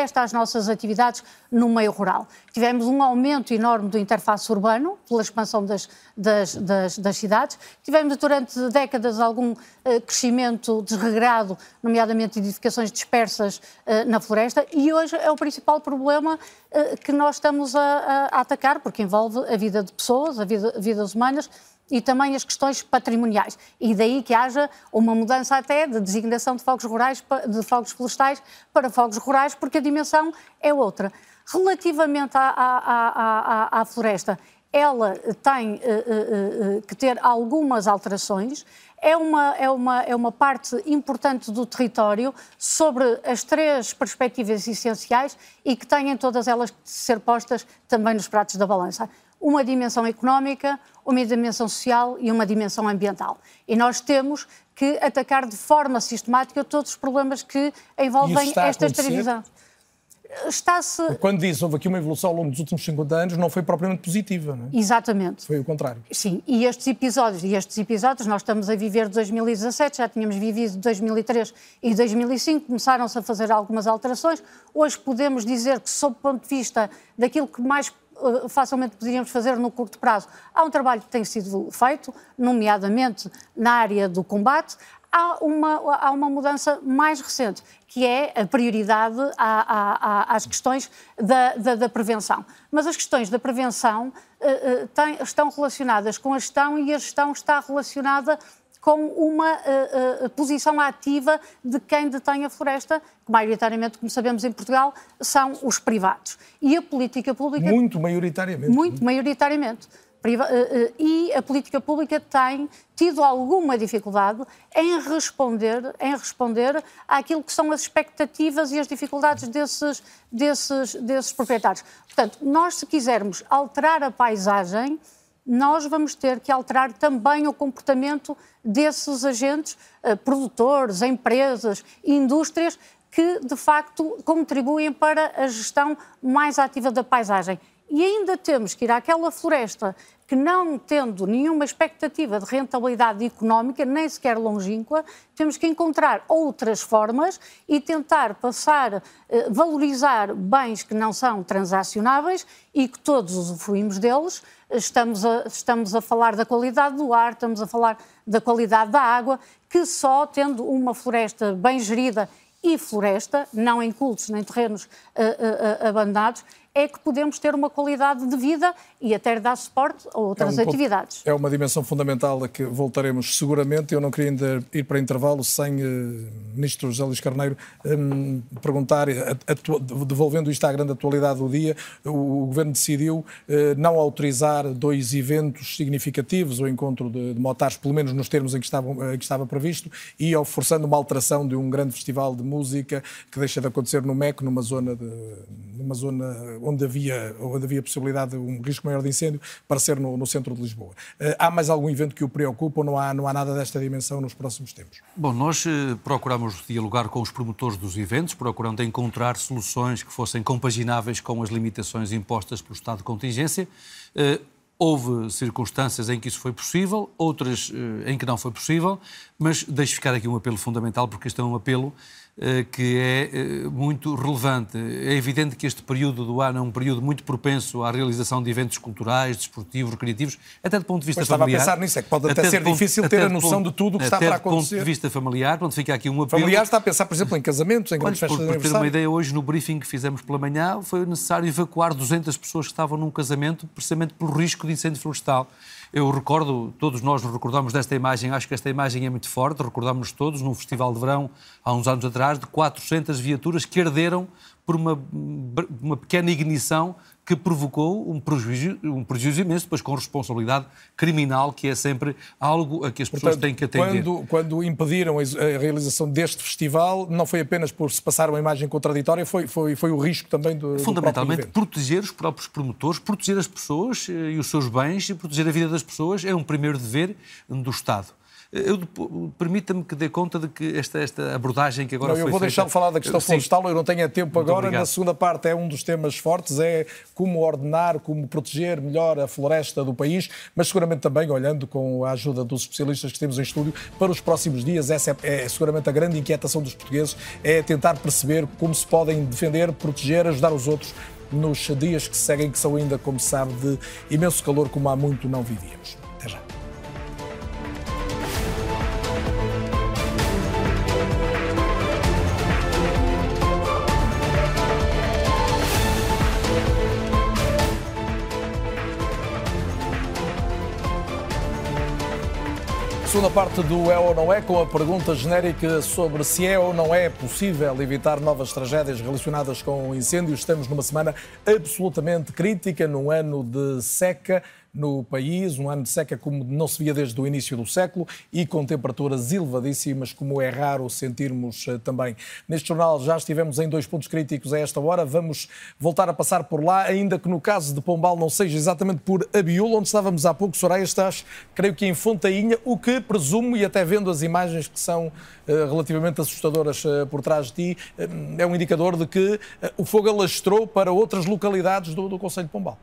nossas atividades no meio rural. Tivemos um aumento enorme do interface urbano, pela expansão das, das, das, das cidades. Tivemos durante décadas algum uh, crescimento desregrado, nomeadamente edificações dispersas uh, na floresta, e hoje é o principal problema uh, que nós estamos a, a, a atacar, porque envolve a vida de pessoas, a vida, vidas humanas, e também as questões patrimoniais. E daí que haja uma mudança até de designação de fogos rurais, de fogos florestais para fogos rurais, porque a dimensão é outra. Relativamente à, à, à, à, à floresta, ela tem uh, uh, uh, que ter algumas alterações. É uma, é, uma, é uma parte importante do território sobre as três perspectivas essenciais e que têm todas elas que ser postas também nos pratos da balança. Uma dimensão económica, uma dimensão social e uma dimensão ambiental. E nós temos que atacar de forma sistemática todos os problemas que envolvem estas três visões. Está-se... Quando diz houve aqui uma evolução ao longo dos últimos cinquenta anos, não foi propriamente positiva, não é? Exatamente. Foi o contrário. Sim, e estes episódios, e estes episódios, nós estamos a viver de dois mil e dezassete, já tínhamos vivido de dois mil e três e dois mil e cinco, começaram-se a fazer algumas alterações. Hoje podemos dizer que, sob o ponto de vista daquilo que mais uh, facilmente poderíamos fazer no curto prazo, há um trabalho que tem sido feito, nomeadamente na área do combate. Há uma, há uma mudança mais recente, que é a prioridade à, à, às questões da, da, da prevenção. Mas as questões da prevenção uh, uh, têm, estão relacionadas com a gestão e a gestão está relacionada com uma uh, uh, posição ativa de quem detém a floresta, que maioritariamente, como sabemos em Portugal, são os privados. E a política pública... Muito maioritariamente. Muito maioritariamente. E a política pública tem tido alguma dificuldade em responder, em responder àquilo que são as expectativas e as dificuldades desses, desses, desses proprietários. Portanto, nós, se quisermos alterar a paisagem, nós vamos ter que alterar também o comportamento desses agentes, produtores, empresas, indústrias, que, de facto, contribuem para a gestão mais ativa da paisagem. E ainda temos que ir àquela floresta que, não tendo nenhuma expectativa de rentabilidade económica, nem sequer longínqua, temos que encontrar outras formas e tentar passar, valorizar bens que não são transacionáveis e que todos usufruímos deles. Estamos a, estamos a falar da qualidade do ar, estamos a falar da qualidade da água, que só tendo uma floresta bem gerida e floresta, não em cultos nem terrenos uh, uh, uh, abandonados, é que podemos ter uma qualidade de vida e até dar suporte a outras é um atividades. Ponto, é uma dimensão fundamental a que voltaremos seguramente. Eu não queria ainda ir para intervalo sem uh, Ministro José Luís Carneiro um, perguntar, atu- devolvendo isto à grande atualidade do dia, o, o Governo decidiu uh, não autorizar dois eventos significativos, o encontro de, de motares, pelo menos nos termos em que, estavam, uh, que estava previsto, e forçando uma alteração de um grande festival de música que deixa de acontecer no M E C, numa zona, de, numa zona onde havia, onde havia possibilidade de um risco maior de incêndio, para ser no, no centro de Lisboa. Uh, há mais algum evento que o preocupa ou não há, não há nada desta dimensão nos próximos tempos? Bom, nós uh, procuramos dialogar com os promotores dos eventos, procurando encontrar soluções que fossem compagináveis com as limitações impostas pelo estado de contingência. Uh, Houve circunstâncias em que isso foi possível, outras uh, em que não foi possível, mas deixo ficar aqui um apelo fundamental, porque este é um apelo uh, que é uh, muito relevante. É evidente que este período do ano é um período muito propenso à realização de eventos culturais, desportivos, recreativos, até do ponto de vista pois familiar. Estava a pensar nisso, é que pode até, até ser ponto, difícil ter a noção de, ponto, de tudo o que está para acontecer. Até do ponto de vista familiar, quando fica aqui um apelo... Familiar está a pensar, por exemplo, em casamentos, em grandes festas de aniversário. Para ter uma ideia, hoje no briefing que fizemos pela manhã, foi necessário evacuar duzentas pessoas que estavam num casamento, precisamente pelo risco de incêndio florestal. Eu recordo, todos nós nos recordamos desta imagem, acho que esta imagem é muito forte, recordamos-nos todos, num festival de verão, há uns anos atrás, de quatrocentas viaturas que arderam por uma, uma pequena ignição que provocou um prejuízo, um prejuízo imenso, depois com responsabilidade criminal, que é sempre algo a que as pessoas Portanto, têm que atender. Quando, quando impediram a realização deste festival, não foi apenas por se passar uma imagem contraditória, foi, foi, foi o risco também do, fundamentalmente, do próprio evento. Proteger os próprios promotores, proteger as pessoas e os seus bens e proteger a vida das pessoas é um primeiro dever do Estado. Permita-me que dê conta de que esta, esta abordagem que agora não, foi eu vou feita... deixar de falar da questão florestal, eu não tenho tempo Muito agora. obrigado. Na segunda parte é um dos temas fortes, é como ordenar, como proteger melhor a floresta do país, mas seguramente também olhando com a ajuda dos especialistas que temos em estúdio para os próximos dias. Essa é, é seguramente a grande inquietação dos portugueses, é tentar perceber como se podem defender, proteger, ajudar os outros nos dias que se seguem, que são ainda, como se sabe, de imenso calor, como há muito não vivíamos. Até já. Segunda parte do É ou Não É, com a pergunta genérica sobre se é ou não é possível evitar novas tragédias relacionadas com incêndios. Estamos numa semana absolutamente crítica, num ano de seca no país, um ano de seca como não se via desde o início do século e com temperaturas elevadíssimas, como é raro sentirmos também. Neste jornal já estivemos em dois pontos críticos a esta hora, vamos voltar a passar por lá, ainda que no caso de Pombal não seja exatamente por Abiúl, onde estávamos há pouco. Soraya, estás, creio que em Fontainha, o que presumo, e até vendo as imagens que são uh, relativamente assustadoras uh, por trás de ti, uh, é um indicador de que uh, o fogo alastrou para outras localidades do, do concelho de Pombal.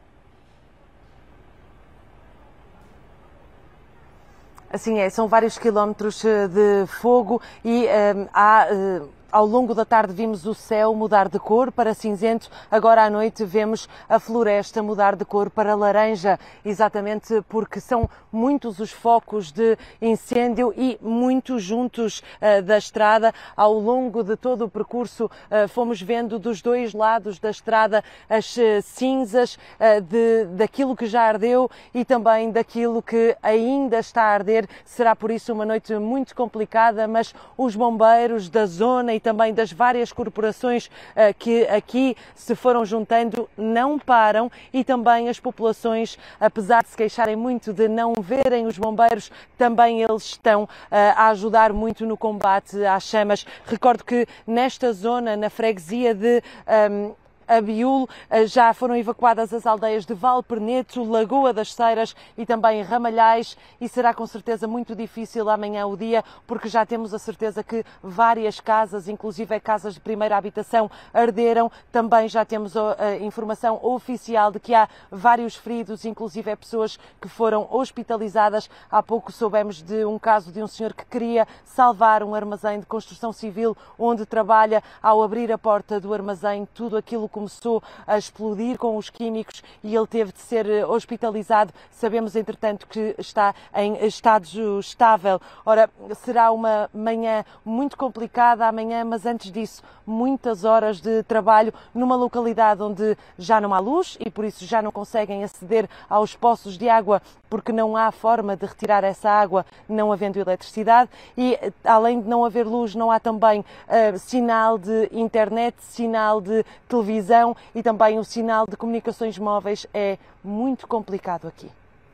Assim é, são vários quilómetros de fogo e um, há... Uh... Ao longo da tarde vimos o céu mudar de cor para cinzento, agora à noite vemos a floresta mudar de cor para laranja, exatamente porque são muitos os focos de incêndio e muito juntos uh, da estrada. Ao longo de todo o percurso uh, fomos vendo dos dois lados da estrada as uh, cinzas uh, de, daquilo que já ardeu e também daquilo que ainda está a arder. Será por isso uma noite muito complicada, mas os bombeiros da zona e também das várias corporações uh, que aqui se foram juntando não param e também as populações, apesar de se queixarem muito de não verem os bombeiros, também eles estão uh, a ajudar muito no combate às chamas. Recordo que nesta zona, na freguesia de um, Abiúl, já foram evacuadas as aldeias de Valperneto, Lagoa das Ceiras e também Ramalhais, e será com certeza muito difícil amanhã o dia, porque já temos a certeza que várias casas, inclusive casas de primeira habitação, arderam. Também já temos a informação oficial de que há vários feridos, inclusive pessoas que foram hospitalizadas. Há pouco soubemos de um caso de um senhor que queria salvar um armazém de construção civil onde trabalha. Ao abrir a porta do armazém, tudo aquilo começou a explodir com os químicos e ele teve de ser hospitalizado. Sabemos, entretanto, que está em estado estável. Ora, será uma manhã muito complicada amanhã, mas antes disso, muitas horas de trabalho numa localidade onde já não há luz e por isso já não conseguem aceder aos poços de água, porque não há forma de retirar essa água, não havendo eletricidade, e além de não haver luz, não há também uh, sinal de internet, sinal de televisão e também o sinal de comunicações móveis. É muito complicado aqui.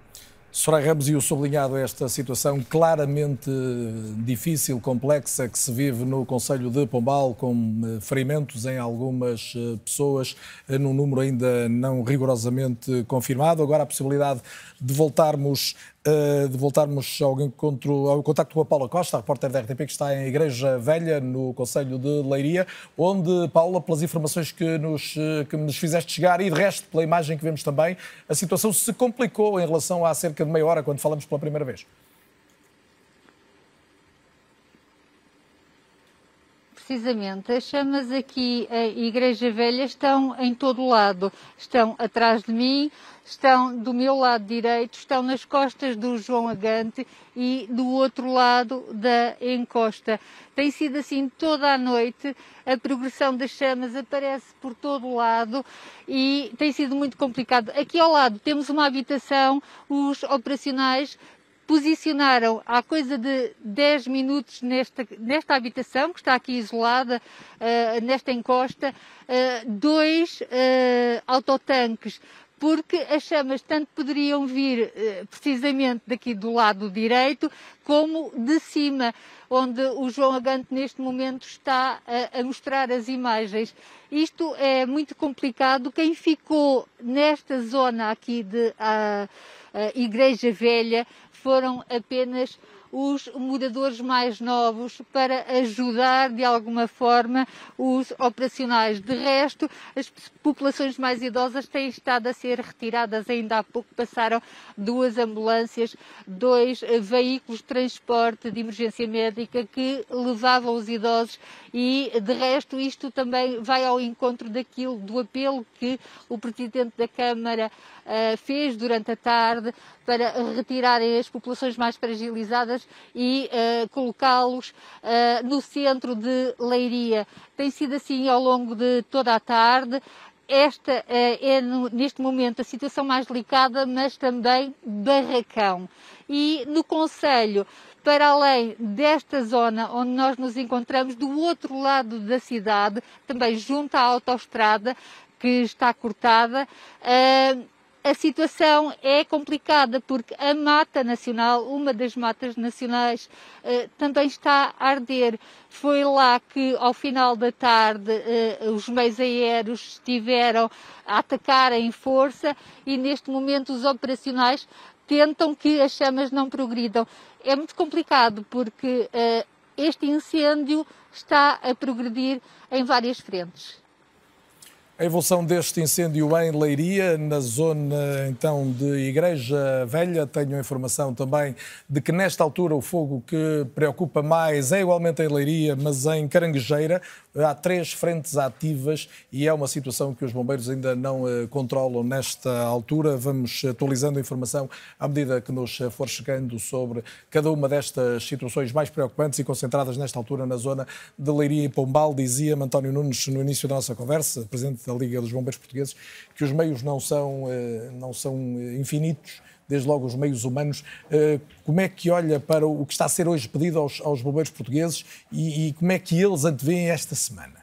Soraya Ramos, e o sublinhado esta situação claramente difícil, complexa, que se vive no concelho de Pombal, com ferimentos em algumas pessoas, num número ainda não rigorosamente confirmado. Agora a possibilidade de voltarmos, de voltarmos ao encontro, ao contacto com a Paula Costa, a repórter da R T P, que está em Igreja Velha, no concelho de Leiria, onde, Paula, pelas informações que nos, que nos fizeste chegar e de resto pela imagem que vemos também, a situação se complicou em relação a cerca de meia hora, quando falamos pela primeira vez. Precisamente, as chamas aqui em Igreja Velha estão em todo o lado. Estão atrás de mim, estão do meu lado direito, estão nas costas do João Agante e do outro lado da encosta. Tem sido assim toda a noite, a progressão das chamas aparece por todo o lado e tem sido muito complicado. Aqui ao lado temos uma habitação, os operacionais posicionaram há coisa de dez minutos nesta, nesta habitação, que está aqui isolada, uh, nesta encosta, uh, dois uh, autotanques, porque as chamas tanto poderiam vir uh, precisamente daqui do lado direito, como de cima, onde o João Agante neste momento está a, a mostrar as imagens. Isto é muito complicado. Quem ficou nesta zona aqui de uh, uh, Igreja Velha foram apenas os moradores mais novos para ajudar de alguma forma os operacionais. De resto, as populações mais idosas têm estado a ser retiradas. Ainda há pouco passaram duas ambulâncias, dois veículos de transporte de emergência médica que levavam os idosos e, de resto, isto também vai ao encontro daquilo, do apelo que o Presidente da Câmara uh, fez durante a tarde para retirarem as populações mais fragilizadas e uh, colocá-los uh, no centro de Leiria. Tem sido assim ao longo de toda a tarde. Esta uh, é, no, neste momento, a situação mais delicada, mas também barracão. E no concelho, para além desta zona onde nós nos encontramos, do outro lado da cidade, também junto à autoestrada, que está cortada, uh, a situação é complicada porque a Mata Nacional, uma das matas nacionais, uh, também está a arder. Foi lá que, ao final da tarde, uh, os meios aéreos estiveram a atacar em força e, neste momento, os operacionais tentam que as chamas não progridam. É muito complicado porque uh, este incêndio está a progredir em várias frentes. A evolução deste incêndio em Leiria, na zona então de Igreja Velha, tenho a informação também de que nesta altura o fogo que preocupa mais é igualmente em Leiria, mas em Caranguejeira. Há três frentes ativas e é uma situação que os bombeiros ainda não uh, controlam nesta altura. Vamos atualizando a informação à medida que nos for chegando sobre cada uma destas situações mais preocupantes e concentradas nesta altura na zona de Leiria e Pombal. Dizia-me António Nunes no início da nossa conversa, presidente da Liga dos Bombeiros Portugueses, que os meios não são, uh, não são infinitos, desde logo os meios humanos. Como é que olha para o que está a ser hoje pedido aos, aos bombeiros portugueses e, e como é que eles antevêem esta semana?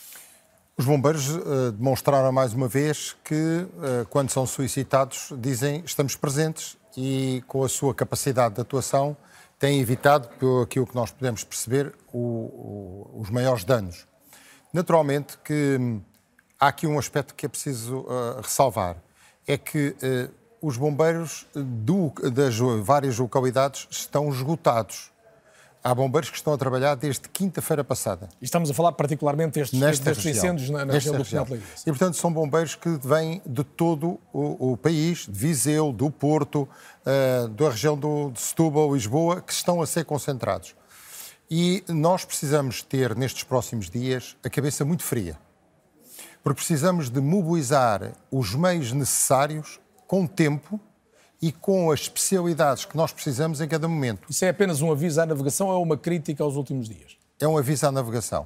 Os bombeiros uh, demonstraram mais uma vez que, uh, quando são solicitados, dizem estamos presentes e, com a sua capacidade de atuação, têm evitado, pelo aquilo que nós podemos perceber, o, o, os maiores danos. Naturalmente que hum, há aqui um aspecto que é preciso uh, ressalvar, é que uh, os bombeiros do, das várias localidades estão esgotados. Há bombeiros que estão a trabalhar desde quinta-feira passada. E estamos a falar particularmente destes, destes incêndios na, na região do Pinhal de Leiria. E, portanto, são bombeiros que vêm de todo o, o país, de Viseu, do Porto, uh, da região do, de Setúbal, Lisboa, que estão a ser concentrados. E nós precisamos ter, nestes próximos dias, a cabeça muito fria. Porque precisamos de mobilizar os meios necessários com tempo e com as especialidades que nós precisamos em cada momento. Isso é apenas um aviso à navegação ou é uma crítica aos últimos dias? É um aviso à navegação.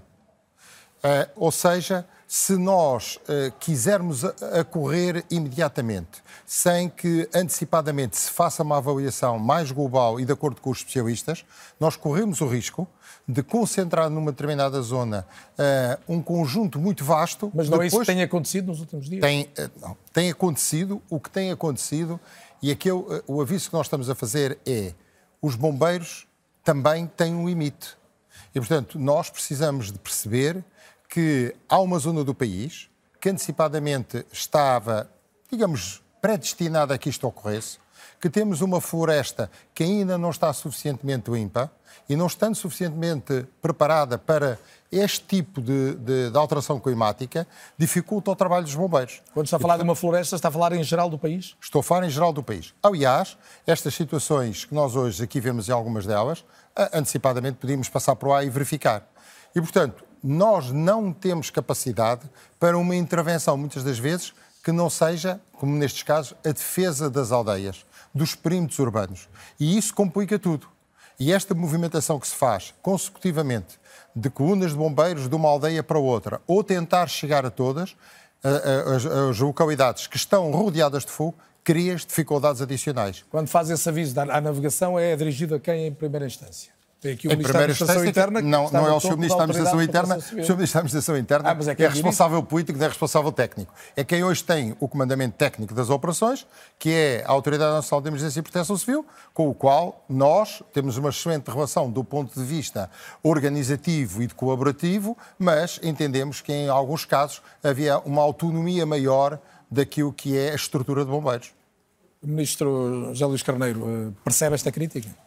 Uh, ou seja, se nós uh, quisermos acorrer imediatamente, sem que antecipadamente se faça uma avaliação mais global e de acordo com os especialistas, nós corremos o risco de concentrar numa determinada zona uh, um conjunto muito vasto. Mas não é isso que tem acontecido nos últimos dias? Tem, uh, não, tem acontecido, o que tem acontecido, e aquele, uh, o aviso que nós estamos a fazer é, os bombeiros também têm um limite. E, portanto, nós precisamos de perceber que há uma zona do país que antecipadamente estava, digamos, predestinada a que isto ocorresse, que temos uma floresta que ainda não está suficientemente limpa e não estando suficientemente preparada para este tipo de, de, de alteração climática, dificulta o trabalho dos bombeiros. Quando está a falar e, portanto, de uma floresta, está a falar em geral do país? Estou a falar em geral do país. Aliás, estas situações que nós hoje aqui vemos em algumas delas, antecipadamente podíamos passar por lá e verificar. E, portanto, nós não temos capacidade para uma intervenção, muitas das vezes, que não seja, como nestes casos, a defesa das aldeias, dos perímetros urbanos. E isso complica tudo. E esta movimentação que se faz consecutivamente de colunas de bombeiros de uma aldeia para outra, ou tentar chegar a todas as, as localidades que estão rodeadas de fogo, cria dificuldades adicionais. Quando faz esse aviso à navegação, é dirigido a quem em primeira instância? Tem aqui o em Ministério da Administração Interna. Não, não é o Senhor Ministro da Administração Interna. O Senhor Ministro da Administração Interna ah, é, que é responsável político, não é responsável técnico. É quem hoje tem o comandamento técnico das operações, que é a Autoridade Nacional de Emergência e Proteção Civil, com o qual nós temos uma excelente relação do ponto de vista organizativo e de colaborativo, mas entendemos que em alguns casos havia uma autonomia maior daquilo que é a estrutura de bombeiros. O Ministro José Luís Carneiro percebe esta crítica?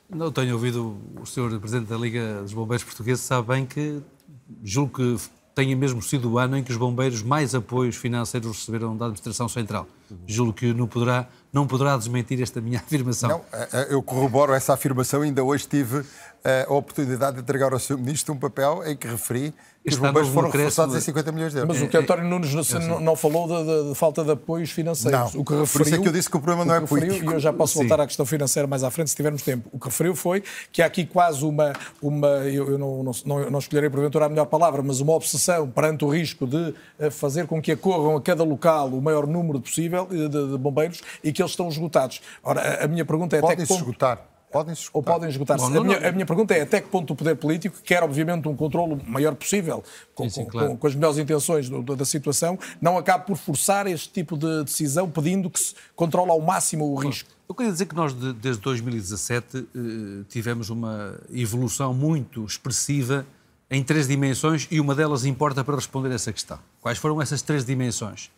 Não tenho ouvido o senhor Presidente da Liga dos Bombeiros Portugueses, sabe bem que julgo que tenha mesmo sido o ano em que os bombeiros mais apoios financeiros receberam da Administração Central. Julgo que não poderá, não poderá desmentir esta minha afirmação. Não, eu corroboro essa afirmação. Ainda hoje tive a oportunidade de entregar ao senhor Ministro um papel em que referi que os bombeiros foram reforçados em cinquenta milhões de euros. Mas o que António Nunes não, não falou de, de falta de apoios financeiros. Não, o que referiu, por isso é que eu disse que o problema não é referiu, político. E eu já posso voltar Sim. à questão financeira mais à frente, se tivermos tempo. O que referiu foi que há aqui quase uma... uma eu eu não, não, não escolherei porventura a melhor palavra, mas uma obsessão perante o risco de fazer com que acorram a cada local o maior número possível de, de bombeiros e que eles estão esgotados. Ora, a, a minha pergunta é até que ponto... esgotar. Podem esgotar. Ou podem esgotar-se. A, minha, a minha pergunta é até que ponto o poder político quer, obviamente, um controlo maior possível, com, sim, sim, claro. com, com as melhores intenções do, da situação, não acabe por forçar este tipo de decisão, pedindo que se controle ao máximo o risco. Eu queria dizer que nós, de, desde dois mil e dezassete, eh, tivemos uma evolução muito expressiva em três dimensões e uma delas importa para responder a essa questão. Quais foram essas três dimensões?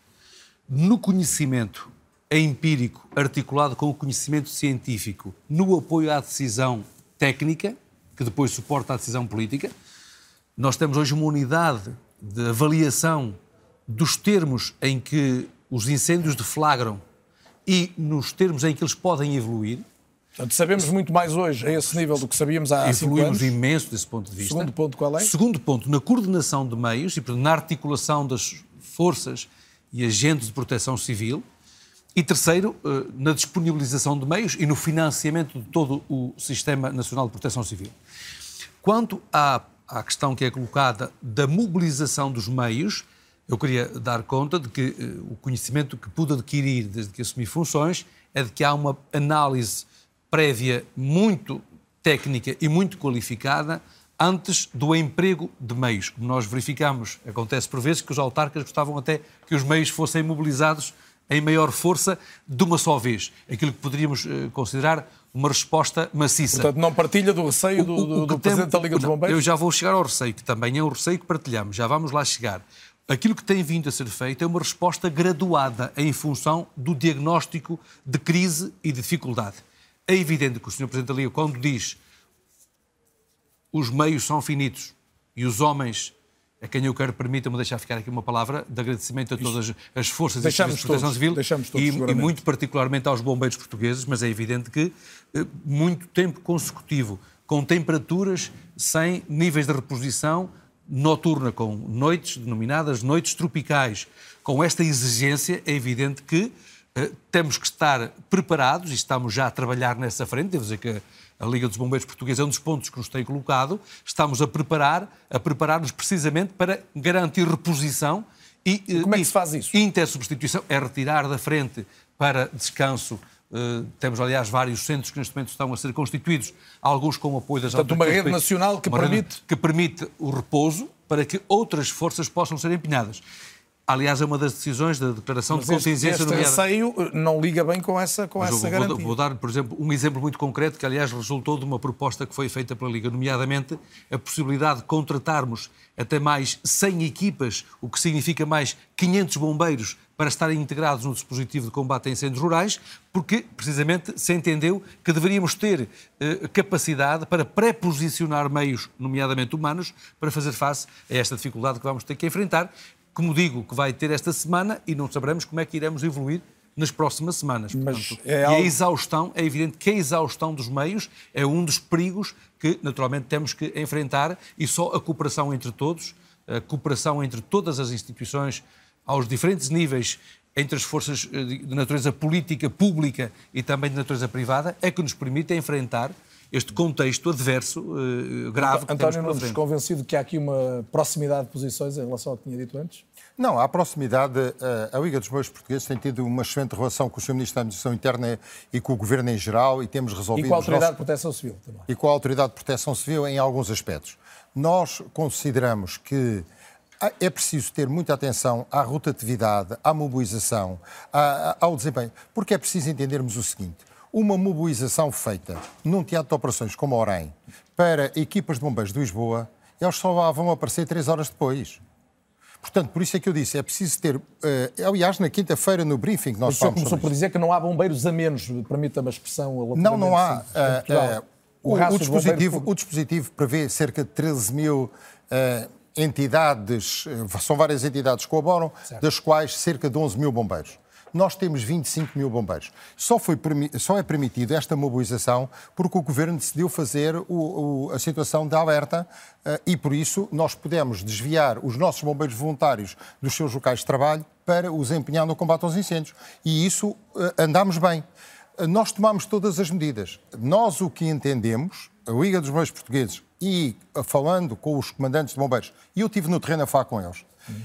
No conhecimento empírico, articulado com o conhecimento científico, no apoio à decisão técnica, que depois suporta a decisão política. Nós temos hoje uma unidade de avaliação dos termos em que os incêndios deflagram e nos termos em que eles podem evoluir. Portanto, sabemos muito mais hoje a esse nível do que sabíamos há cinco anos. Evoluímos imenso desse ponto de vista. Segundo ponto, qual é? Segundo ponto, na coordenação de meios e na articulação das forças e agentes de proteção civil. E terceiro, na disponibilização de meios e no financiamento de todo o Sistema Nacional de Proteção Civil. Quanto à, à questão que é colocada da mobilização dos meios, eu queria dar conta de que uh, o conhecimento que pude adquirir desde que assumi funções é de que há uma análise prévia muito técnica e muito qualificada antes do emprego de meios. Como nós verificamos, acontece por vezes que os autarcas gostavam até que os meios fossem mobilizados em maior força de uma só vez. Aquilo que poderíamos uh, considerar uma resposta maciça. Portanto, não partilha do receio do, do, do Presidente da Liga dos Bombeiros? Eu já vou chegar ao receio, que também é um receio que partilhamos. Já vamos lá chegar. Aquilo que tem vindo a ser feito é uma resposta graduada em função do diagnóstico de crise e de dificuldade. É evidente que o senhor Presidente da Liga, quando diz os meios são finitos e os homens... a quem eu quero, permita-me deixar ficar aqui uma palavra de agradecimento a todas as forças e serviços de proteção civil todos, e, e muito particularmente aos bombeiros portugueses, mas é evidente que muito tempo consecutivo, com temperaturas sem níveis de reposição noturna, com noites denominadas noites tropicais, com esta exigência, é evidente que uh, temos que estar preparados e estamos já a trabalhar nessa frente. Devo dizer que a Liga dos Bombeiros Portugueses é um dos pontos que nos tem colocado. Estamos a preparar, a preparar-nos precisamente para garantir reposição e, e como é que se faz isso? Intersubstituição é retirar da frente para descanso. Uh, temos, aliás, vários centros que neste momento estão a ser constituídos, alguns com o apoio das Portanto, autoridades. uma rede nacional que permite... que permite o repouso para que outras forças possam ser empenhadas. Aliás, é uma das decisões da declaração Mas de contingência este, este nomeada. receio não liga bem com essa, com essa vou, garantia. Vou dar, por exemplo, um exemplo muito concreto que, aliás, resultou de uma proposta que foi feita pela Liga, nomeadamente a possibilidade de contratarmos até mais cem equipas, o que significa mais quinhentos bombeiros para estarem integrados no dispositivo de combate a incêndios rurais, porque, precisamente, se entendeu que deveríamos ter eh, capacidade para pré-posicionar meios, nomeadamente humanos, para fazer face a esta dificuldade que vamos ter que enfrentar. Como digo, que vai ter esta semana e não saberemos como é que iremos evoluir nas próximas semanas. Portanto, é algo... E a exaustão, é evidente que a exaustão dos meios é um dos perigos que, naturalmente, temos que enfrentar e só a cooperação entre todos, a cooperação entre todas as instituições, aos diferentes níveis, entre as forças de natureza política, pública e também de natureza privada, é que nos permite enfrentar este contexto adverso, uh, grave. António, que António Nunes, convencido que há aqui uma proximidade de posições em relação ao que tinha dito antes? Não, há proximidade. A Liga dos Bombeiros Portugueses tem tido uma excelente relação com o senhor Ministro da Administração Interna e com o Governo em geral e temos resolvido... E com a Autoridade nossos... de Proteção Civil também. E com a Autoridade de Proteção Civil em alguns aspectos. Nós consideramos que é preciso ter muita atenção à rotatividade, à mobilização, ao desempenho, porque é preciso entendermos o seguinte: uma mobilização feita num teatro de operações como Orem para equipas de bombeiros de Lisboa, eles só lá vão aparecer três horas depois. Portanto, por isso é que eu disse, é preciso ter... Uh, aliás, na quinta-feira, no briefing que nós falamos... O senhor começou por dizer que não há bombeiros a menos, permita-me a expressão... Não, não há. Uh, uh, o, o, dispositivo, o dispositivo prevê cerca de treze mil uh, entidades, uh, são várias entidades que colaboram, certo. Das quais cerca de onze mil bombeiros. Nós temos vinte e cinco mil bombeiros. Só, foi, só é permitida esta mobilização porque o Governo decidiu fazer o, o, a situação de alerta uh, e, por isso, nós podemos desviar os nossos bombeiros voluntários dos seus locais de trabalho para os empenhar no combate aos incêndios. E isso uh, andamos bem. Uh, nós tomamos todas as medidas. Nós o que entendemos, a Liga dos Bombeiros Portugueses e uh, falando com os comandantes de bombeiros, e eu estive no terreno a falar com eles,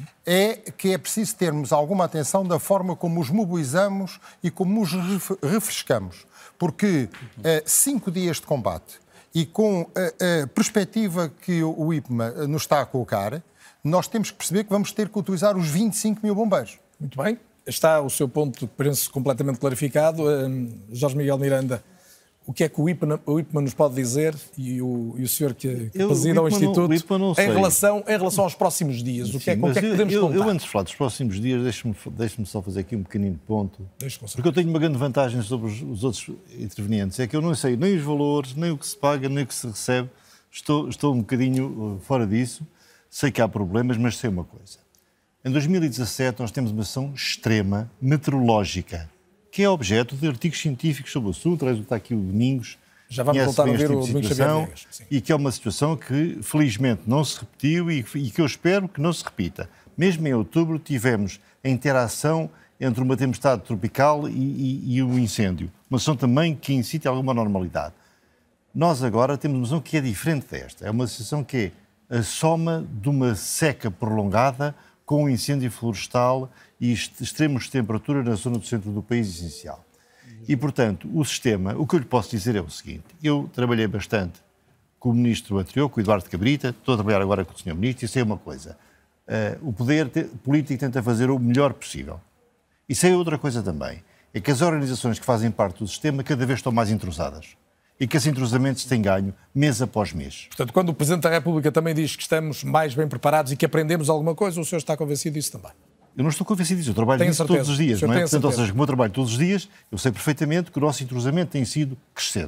é que é preciso termos alguma atenção da forma como os mobilizamos e como os refrescamos. Porque uh, cinco dias de combate e com a, a perspectiva que o I P M A nos está a colocar, nós temos que perceber que vamos ter que utilizar os vinte e cinco mil bombeiros. Muito bem. Está o seu ponto, penso, completamente clarificado. Uh, Jorge Miguel Miranda, o que é que o I P M A, o I P M A nos pode dizer e o, e o senhor que, que presida o, o Instituto não, o não em, relação, em relação aos próximos dias? O que é, Sim, o que, é que podemos eu, contar? Eu, antes de falar dos próximos dias, deixe-me, deixe-me só fazer aqui um pequenino ponto. Porque eu tenho uma grande vantagem sobre os, os outros intervenientes. É que eu não sei nem os valores, nem o que se paga, nem o que se recebe. Estou, estou um bocadinho fora disso. Sei que há problemas, mas sei uma coisa. Em dois mil e dezassete nós temos uma ação extrema meteorológica, que é objeto de artigos científicos sobre o assunto, aliás, está aqui o Domingos, já vamos voltar a ver tipo o Domingos Xavier Viegas. E que é uma situação que, felizmente, não se repetiu e, e que eu espero que não se repita. Mesmo em outubro tivemos a interação entre uma tempestade tropical e, e, e um incêndio, uma situação também que incite a alguma normalidade. Nós agora temos uma situação que é diferente desta, é uma situação que é a soma de uma seca prolongada com um incêndio florestal e extremos de temperatura na zona do centro do país essencial. E, portanto, o sistema, o que eu lhe posso dizer é o seguinte, eu trabalhei bastante com o ministro anterior, com o Eduardo Cabrita, estou a trabalhar agora com o senhor ministro, e sei uma coisa, uh, o poder te, político tenta fazer o melhor possível. E sei outra coisa também, é que as organizações que fazem parte do sistema cada vez estão mais intrusadas. E que esses entrosamentos têm ganho mês após mês. Portanto, quando o Presidente da República também diz que estamos mais bem preparados e que aprendemos alguma coisa, o senhor está convencido disso também? Eu não estou convencido disso, eu trabalho tenho nisso certeza. todos os dias. Não é? Portanto, certeza. ou seja, como eu trabalho todos os dias, eu sei perfeitamente que o nosso entrosamento tem sido crescente.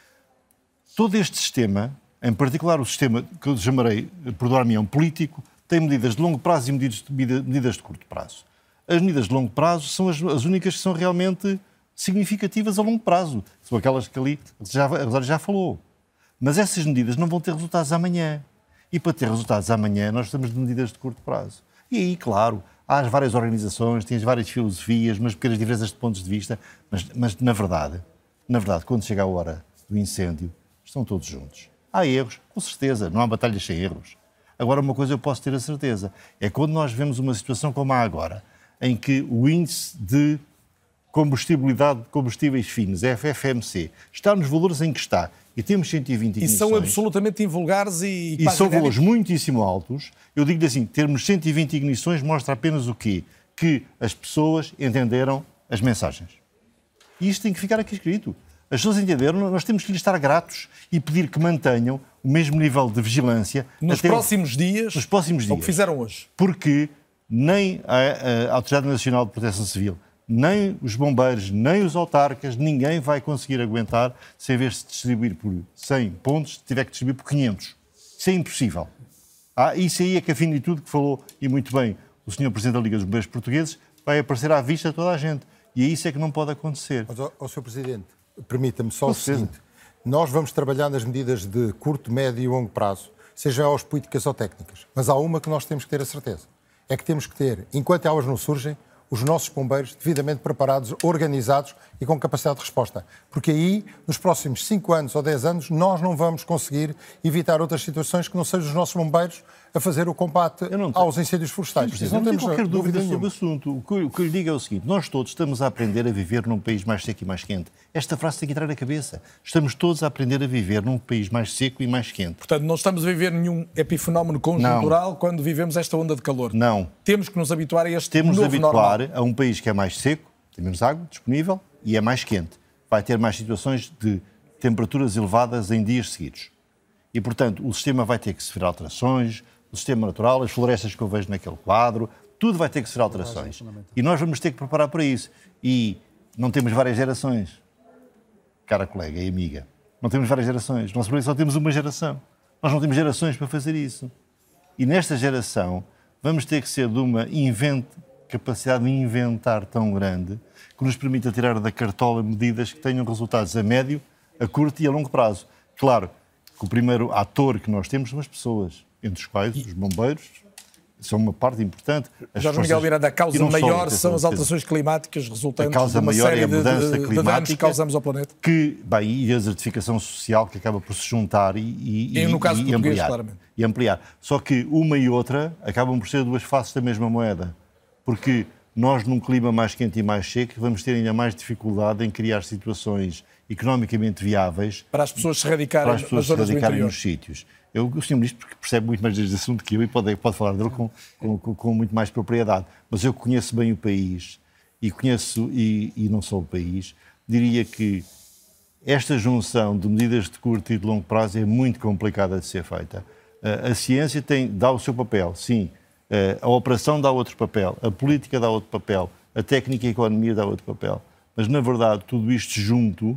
Todo este sistema, em particular o sistema que eu chamarei, perdoar-me, político, tem medidas de longo prazo e medidas de, medidas de curto prazo. As medidas de longo prazo são as, as únicas que são realmente significativas a longo prazo. São aquelas que ali já, a já falou. Mas essas medidas não vão ter resultados amanhã. E para ter resultados amanhã nós precisamos de medidas de curto prazo. E aí, claro, há as várias organizações, têm as várias filosofias, umas pequenas diferenças de pontos de vista, mas, mas na verdade, na verdade, quando chega a hora do incêndio, estão todos juntos. Há erros, com certeza, não há batalhas sem erros. Agora, uma coisa eu posso ter a certeza, é quando nós vemos uma situação como há agora, em que o índice de combustibilidade de combustíveis finos, F F M C, está nos valores em que está, e temos cento e vinte ignições... E são absolutamente invulgares e... E são valores muitíssimo altos. Eu digo-lhe assim, termos cento e vinte ignições mostra apenas o quê? Que as pessoas entenderam as mensagens. E isto tem que ficar aqui escrito. As pessoas entenderam, nós temos que lhes estar gratos e pedir que mantenham o mesmo nível de vigilância... Nos próximos dias, nos próximos dias. O que fizeram hoje. Porque nem a, a Autoridade Nacional de Proteção Civil, nem os bombeiros, nem os autarcas, ninguém vai conseguir aguentar se, em vez de se distribuir por cem pontos, tiver que distribuir por quinhentos. Isso é impossível. Ah, isso aí é que a finitude que falou, e muito bem, o senhor Presidente da Liga dos Bombeiros Portugueses, vai aparecer à vista de toda a gente. E é isso é que não pode acontecer. Mas, ó, senhor Presidente, permita-me só o seguinte. Nós vamos trabalhar nas medidas de curto, médio e longo prazo, seja elas políticas ou técnicas. Mas há uma que nós temos que ter a certeza. É que temos que ter, enquanto elas não surgem, os nossos bombeiros devidamente preparados, organizados e com capacidade de resposta. Porque aí, nos próximos cinco anos ou dez anos, nós não vamos conseguir evitar outras situações que não sejam os nossos bombeiros a fazer o combate aos incêndios florestais. Sim, não, não temos qualquer dúvida, dúvida sobre o assunto. O que, eu, o que eu lhe digo é o seguinte, nós todos estamos a aprender a viver num país mais seco e mais quente. Esta frase tem que entrar na cabeça. Estamos todos a aprender a viver num país mais seco e mais quente. Portanto, não estamos a viver nenhum epifenómeno conjuntural não. quando vivemos esta onda de calor. Não. Temos que nos habituar a este Temos novo de habituar normal. a um país que é mais seco, tem menos água disponível e é mais quente. Vai ter mais situações de temperaturas elevadas em dias seguidos. E, portanto, o sistema vai ter que sofrer alterações, o sistema natural, as florestas que eu vejo naquele quadro, tudo vai ter que sofrer alterações. E nós vamos ter que preparar para isso. E não temos várias gerações, cara colega e amiga. não temos várias gerações. Nosso problema é só temos uma geração. Nós não temos gerações para fazer isso. E nesta geração vamos ter que ser de uma invent... capacidade de inventar tão grande que nos permita tirar da cartola medidas que tenham resultados a médio, a curto e a longo prazo. Claro que o primeiro ator que nós temos são as pessoas, entre os quais os bombeiros são uma parte importante. As Jorge Miguel Miranda, a causa maior só, são as alterações climáticas resultantes a causa de uma maior série é a mudança de, de, climática de danos que causamos ao planeta. Que, bem, e a desertificação social que acaba por se juntar e, e, e no caso e, português, ampliar, claramente. E ampliar. Só que uma e outra acabam por ser duas faces da mesma moeda. Porque nós, num clima mais quente e mais seco, vamos ter ainda mais dificuldade em criar situações economicamente viáveis para as pessoas se radicarem, para as pessoas nas se radicarem nos sítios. Eu gosto disto porque percebe muito mais deste assunto que eu e pode, pode falar dele com, com, com muito mais propriedade. Mas eu conheço bem o país e conheço, e, e não só o país, diria que esta junção de medidas de curto e de longo prazo é muito complicada de ser feita. A ciência tem, dá o seu papel, sim. A operação dá outro papel, a política dá outro papel, a técnica e a economia dá outro papel. Mas, na verdade, tudo isto junto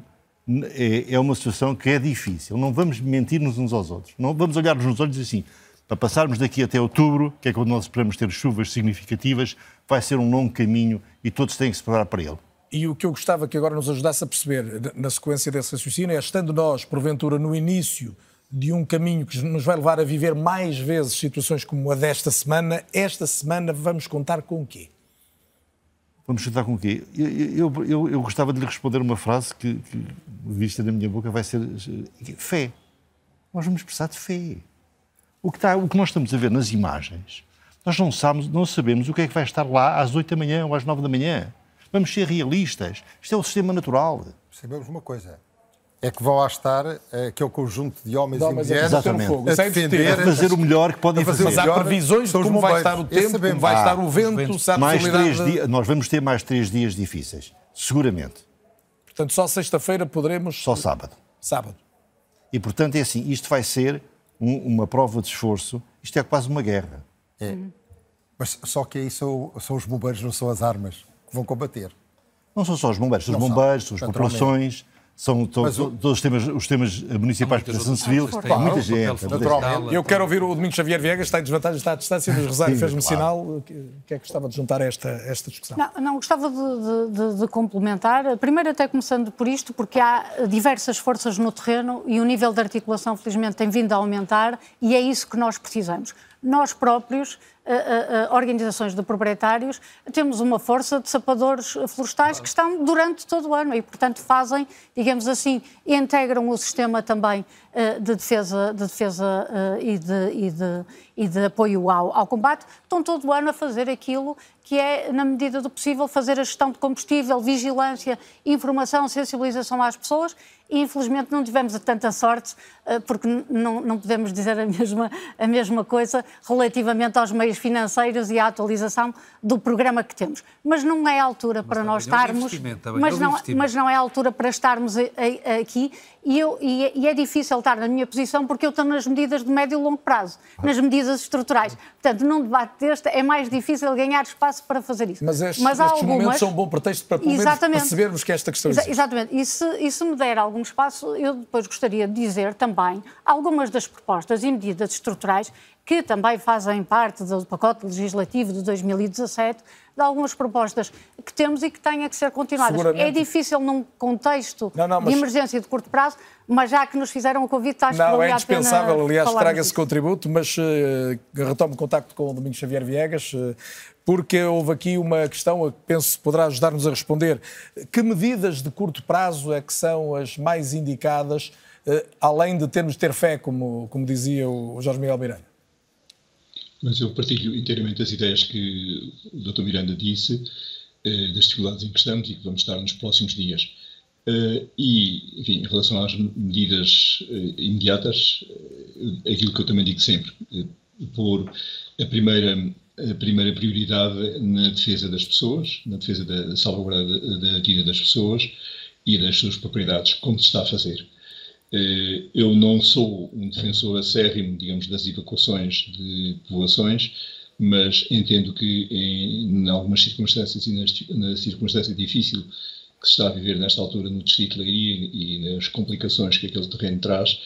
é uma situação que é difícil. Não vamos mentir-nos uns aos outros. Não vamos olhar-nos nos olhos e dizer assim, para passarmos daqui até outubro, que é quando nós esperamos ter chuvas significativas, vai ser um longo caminho e todos têm que se preparar para ele. E o que eu gostava que agora nos ajudasse a perceber, na sequência desse raciocínio, é, estando nós, porventura, no início de um caminho que nos vai levar a viver mais vezes situações como a desta semana, esta semana vamos contar com o quê? Vamos contar com o quê? Eu, eu, eu, eu gostava de lhe responder uma frase que, que, vista na minha boca, vai ser fé. Nós vamos precisar de fé. O que, está, o que nós estamos a ver nas imagens, nós não sabemos, não sabemos o que é que vai estar lá às oito da manhã ou às nove da manhã. Vamos ser realistas. Isto é o sistema natural. Sabemos uma coisa. É que vão lá estar aquele conjunto de homens, de homens e mulheres a, fogo. a defender, a fazer o melhor que podem fazer. Mas há previsões de como vai estar o tempo, como vai estar o vento, se há mais possibilidade... três dias, nós vamos ter mais três dias difíceis, seguramente. Portanto, só sexta-feira poderemos... Só sábado. Sábado. E, portanto, é assim, isto vai ser um, uma prova de esforço, isto é quase uma guerra. É. Uhum. Mas só que aí são, são os bombeiros, não são as armas que vão combater. Não são só os bombeiros, são os bombeiros, são as populações... São todos, o... todos os, temas, os temas municipais de proteção civil, tem claro, muita gente. Naturalmente. Eu quero ouvir o Domingos Xavier Viegas, está em desvantagem, está à distância, mas Rosário fez-me claro. sinal. O que é que gostava de juntar a esta, esta discussão? Não, não gostava de, de, de complementar. Primeiro, até começando por isto, porque há diversas forças no terreno e o nível de articulação, felizmente, tem vindo a aumentar e é isso que nós precisamos. Nós próprios, a, a, a, organizações de proprietários, temos uma força de sapadores florestais que estão durante todo o ano e, portanto, fazem, digamos assim, integram o sistema também uh, de defesa, de defesa uh, e, de, e, de, e de apoio ao, ao combate. Estão todo o ano a fazer aquilo que é, na medida do possível, fazer a gestão de combustível, vigilância, informação, sensibilização às pessoas. E, infelizmente, não tivemos tanta sorte, porque não, não podemos dizer a mesma, a mesma coisa relativamente aos meios financeiros e à atualização do programa que temos. Mas não é a altura para nós estarmos... Mas não, mas não é a altura para estarmos a, a, aqui e, eu, e, e é difícil estar na minha posição porque eu estou nas medidas de médio e longo prazo, nas medidas estruturais. Portanto, num debate deste é mais difícil ganhar espaço para fazer isso. Mas, estes, mas estes algumas... momentos são um bom pretexto para, pelo menos, percebermos que esta questão existe. Exatamente. E se, e se me der algum espaço, eu depois gostaria de dizer também algumas das propostas e medidas estruturais que também fazem parte do pacote legislativo de dois mil e dezassete, de algumas propostas que temos e que têm que ser continuadas. É difícil num contexto não, não, mas... de emergência de curto prazo, mas já que nos fizeram o convite, acho não, que valia é indispensável, a pena aliás, traga esse disso. contributo, mas uh, retomo o contacto com o Domingos Xavier Viegas, uh, porque houve aqui uma questão a que penso poderá ajudar-nos a responder. Que medidas de curto prazo é que são as mais indicadas, uh, além de termos de ter fé, como, como dizia o Jorge Miguel Miranda? Mas eu partilho inteiramente as ideias que o doutor Miranda disse, eh, das dificuldades em que estamos e que vamos estar nos próximos dias. Eh, e, enfim, em relação às medidas eh, imediatas, eh, aquilo que eu também digo sempre, eh, pôr a primeira, a primeira prioridade na defesa das pessoas, na defesa da salvaguarda da vida das pessoas e das suas propriedades, como se está a fazer. Eu não sou um defensor acérrimo, digamos, das evacuações de populações, mas entendo que em, em algumas circunstâncias e na, na circunstância difícil que se está a viver nesta altura no distrito de Leiria e nas complicações que aquele terreno traz,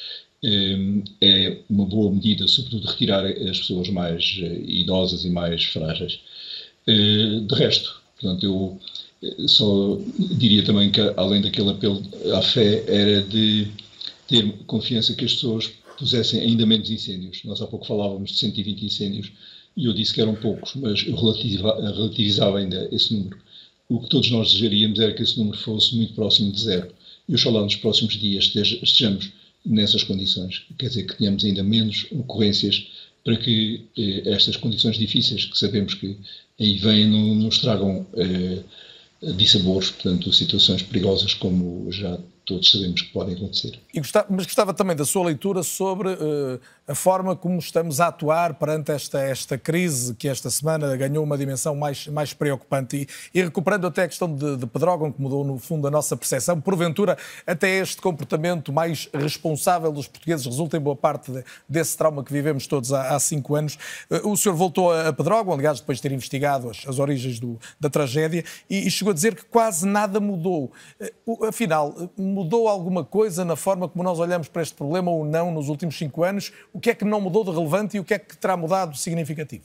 é uma boa medida, sobretudo retirar as pessoas mais idosas e mais frágeis. De resto, portanto, eu só diria também que, além daquele apelo à fé, era de ter confiança que as pessoas pusessem ainda menos incêndios. Nós há pouco falávamos de cento e vinte incêndios e eu disse que eram poucos, mas eu relativa, relativizava ainda esse número. O que todos nós desejaríamos era que esse número fosse muito próximo de zero. E oxalá nos próximos dias estejamos nessas condições. Quer dizer, que tenhamos ainda menos ocorrências para que eh, estas condições difíceis, que sabemos que aí vêm, não nos tragam eh, dissabores, portanto, situações perigosas como já todos sabemos que podem acontecer. E gostava, mas gostava também da sua leitura sobre uh, a forma como estamos a atuar perante esta, esta crise que esta semana ganhou uma dimensão mais, mais preocupante e, e recuperando até a questão de, de Pedrógão, que mudou no fundo a nossa percepção, porventura até este comportamento mais responsável dos portugueses resulta em boa parte de, desse trauma que vivemos todos há, há cinco anos. Uh, o senhor voltou a Pedrógão, aliás, depois de ter investigado as, as origens do, da tragédia e, e chegou a dizer que quase nada mudou. Uh, afinal, mudou alguma coisa na forma como nós olhamos para este problema ou não nos últimos cinco anos? O que é que não mudou de relevante e o que é que terá mudado de significativo?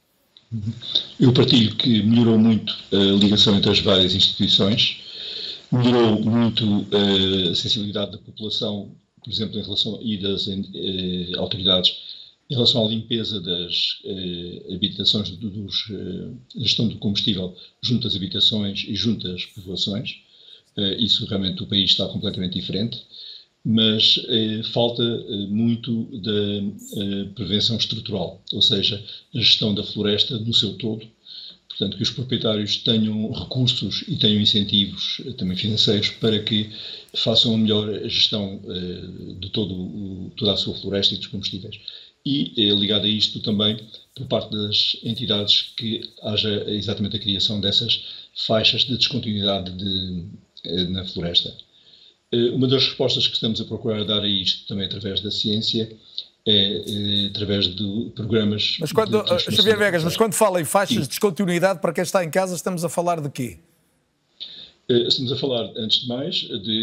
Eu partilho que melhorou muito a ligação entre as várias instituições, melhorou muito a sensibilidade da população, por exemplo, em relação e das eh, autoridades, em relação à limpeza das eh, habitações, dos, eh, gestão do combustível junto às habitações e junto às povoações. Uh, isso realmente o país está completamente diferente, mas uh, falta uh, muito da uh, prevenção estrutural, ou seja, a gestão da floresta no seu todo, portanto que os proprietários tenham recursos e tenham incentivos uh, também financeiros para que façam a melhor gestão uh, de todo o, toda a sua floresta e dos combustíveis. E uh, ligado a isto também, por parte das entidades, que haja exatamente a criação dessas faixas de descontinuidade de na floresta. Uma das respostas que estamos a procurar dar a isto, também através da ciência, é, é através de programas... Mas quando, Xavier Vegas, mas quando fala em faixas Sim. de descontinuidade, para quem está em casa, estamos a falar de quê? Estamos a falar, antes de mais,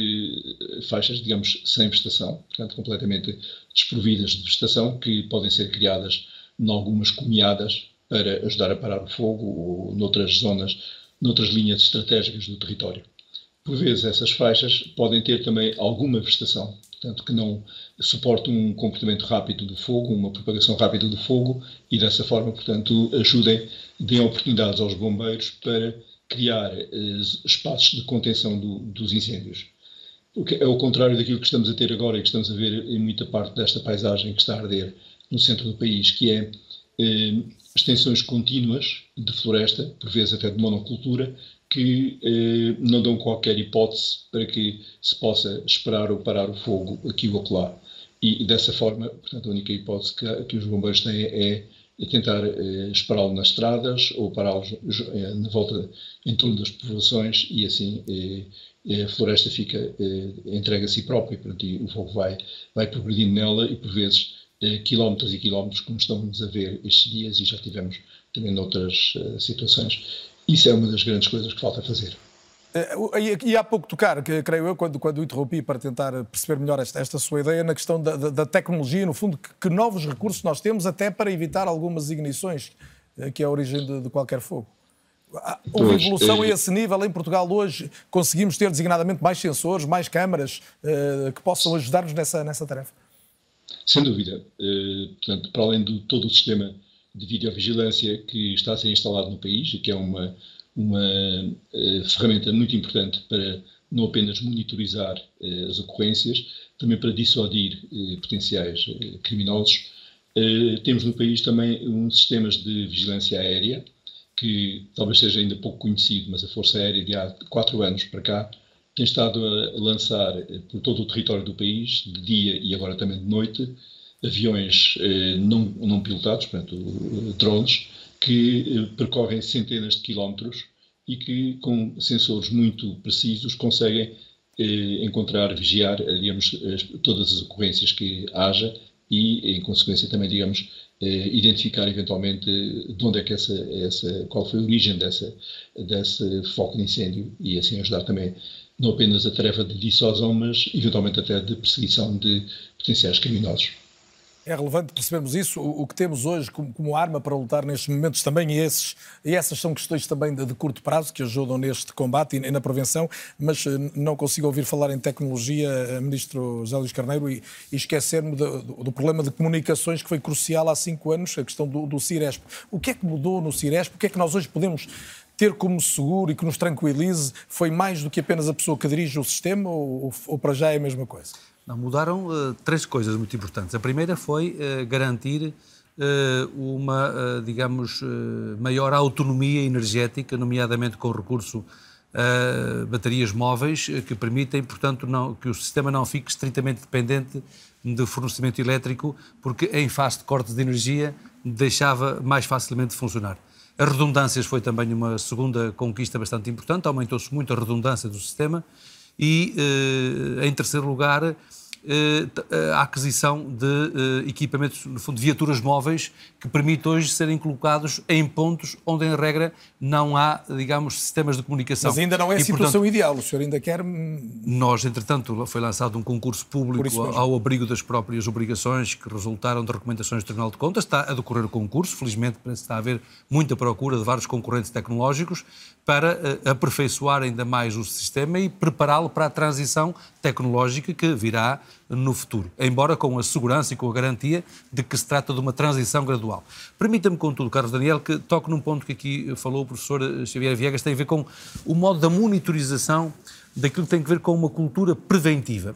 de faixas, digamos, sem vegetação, portanto, completamente desprovidas de vegetação, que podem ser criadas em algumas comeadas para ajudar a parar o fogo ou noutras zonas, noutras linhas estratégicas do território. Por vezes, essas faixas podem ter também alguma vegetação, portanto, que não suportam um comportamento rápido do fogo, uma propagação rápida do fogo, e dessa forma, portanto, ajudem, deem oportunidades aos bombeiros para criar eh, espaços de contenção do, dos incêndios. O que é o contrário daquilo que estamos a ter agora e que estamos a ver em muita parte desta paisagem que está a arder no centro do país, que é eh, extensões contínuas de floresta, por vezes até de monocultura, que eh, não dão qualquer hipótese para que se possa esperar ou parar o fogo aqui ou acolá. E dessa forma, portanto, a única hipótese que, que os bombeiros têm é tentar eh, esperá-lo nas estradas ou pará-lo eh, na volta em torno das povoações e assim eh, a floresta fica eh, entregue a si própria e, portanto, e o fogo vai, vai progredindo nela e por vezes eh, quilómetros e quilómetros, como estamos a ver estes dias e já tivemos também noutras eh, situações. Isso é uma das grandes coisas que falta fazer. E há pouco tocar, que, creio eu, quando, quando o interrompi para tentar perceber melhor esta, esta sua ideia, na questão da, da, da tecnologia, no fundo, que, que novos recursos nós temos até para evitar algumas ignições, que é a origem de, de qualquer fogo. Houve pois, evolução é... a esse nível. Em Portugal hoje conseguimos ter designadamente mais sensores, mais câmaras uh, que possam ajudar-nos nessa, nessa tarefa? Sem dúvida. Uh, portanto, para além de todo o sistema de videovigilância que está a ser instalado no país e que é uma, uma uh, ferramenta muito importante para não apenas monitorizar uh, as ocorrências, também para dissuadir uh, potenciais uh, criminosos. Uh, temos no país também um sistemas de vigilância aérea, que talvez seja ainda pouco conhecido, mas a Força Aérea de há quatro anos para cá tem estado a lançar uh, por todo o território do país, de dia e agora também de noite, aviões eh, não, não pilotados, portanto, drones, que eh, percorrem centenas de quilómetros e que, com sensores muito precisos, conseguem eh, encontrar, vigiar, digamos, as, todas as ocorrências que haja e, em consequência, também, digamos, eh, identificar eventualmente de onde é que essa, essa, qual foi a origem dessa, desse foco de incêndio e assim ajudar também não apenas a tarefa de dissuasão, mas eventualmente até de perseguição de potenciais criminosos. É relevante percebermos isso. O que temos hoje como, como arma para lutar nestes momentos também, e, esses, e essas são questões também de, de curto prazo que ajudam neste combate e na prevenção, mas não consigo ouvir falar em tecnologia, Ministro José Luís Carneiro, e, e esquecer-me do, do, do problema de comunicações que foi crucial há cinco anos, a questão do, do Ciresp. O que é que mudou no Ciresp? O que é que nós hoje podemos ter como seguro e que nos tranquilize? Foi mais do que apenas a pessoa que dirige o sistema ou, ou, ou para já é a mesma coisa? Não, mudaram uh, três coisas muito importantes. A primeira foi uh, garantir uh, uma, uh, digamos, uh, maior autonomia energética, nomeadamente com o recurso a uh, baterias móveis, uh, que permitem, portanto, não, que o sistema não fique estritamente dependente de fornecimento elétrico, porque em fase de cortes de energia deixava mais facilmente de funcionar. As redundâncias foi também uma segunda conquista bastante importante, aumentou-se muito a redundância do sistema. E, em terceiro lugar, a aquisição de equipamentos, no fundo, viaturas móveis, que permite hoje serem colocados em pontos onde, em regra, não há, digamos, sistemas de comunicação. Mas ainda não é a e, situação portanto, ideal, o senhor ainda quer... Nós, entretanto, foi lançado um concurso público ao abrigo das próprias obrigações que resultaram de recomendações do Tribunal de Contas. Está a decorrer o concurso, felizmente parece que está a haver muita procura de vários concorrentes tecnológicos para uh, aperfeiçoar ainda mais o sistema e prepará-lo para a transição tecnológica que virá no futuro, embora com a segurança e com a garantia de que se trata de uma transição gradual. Permita-me, contudo, Carlos Daniel, que toque num ponto que aqui falou o professor Xavier Viegas, tem a ver com o modo da monitorização daquilo que tem a ver com uma cultura preventiva.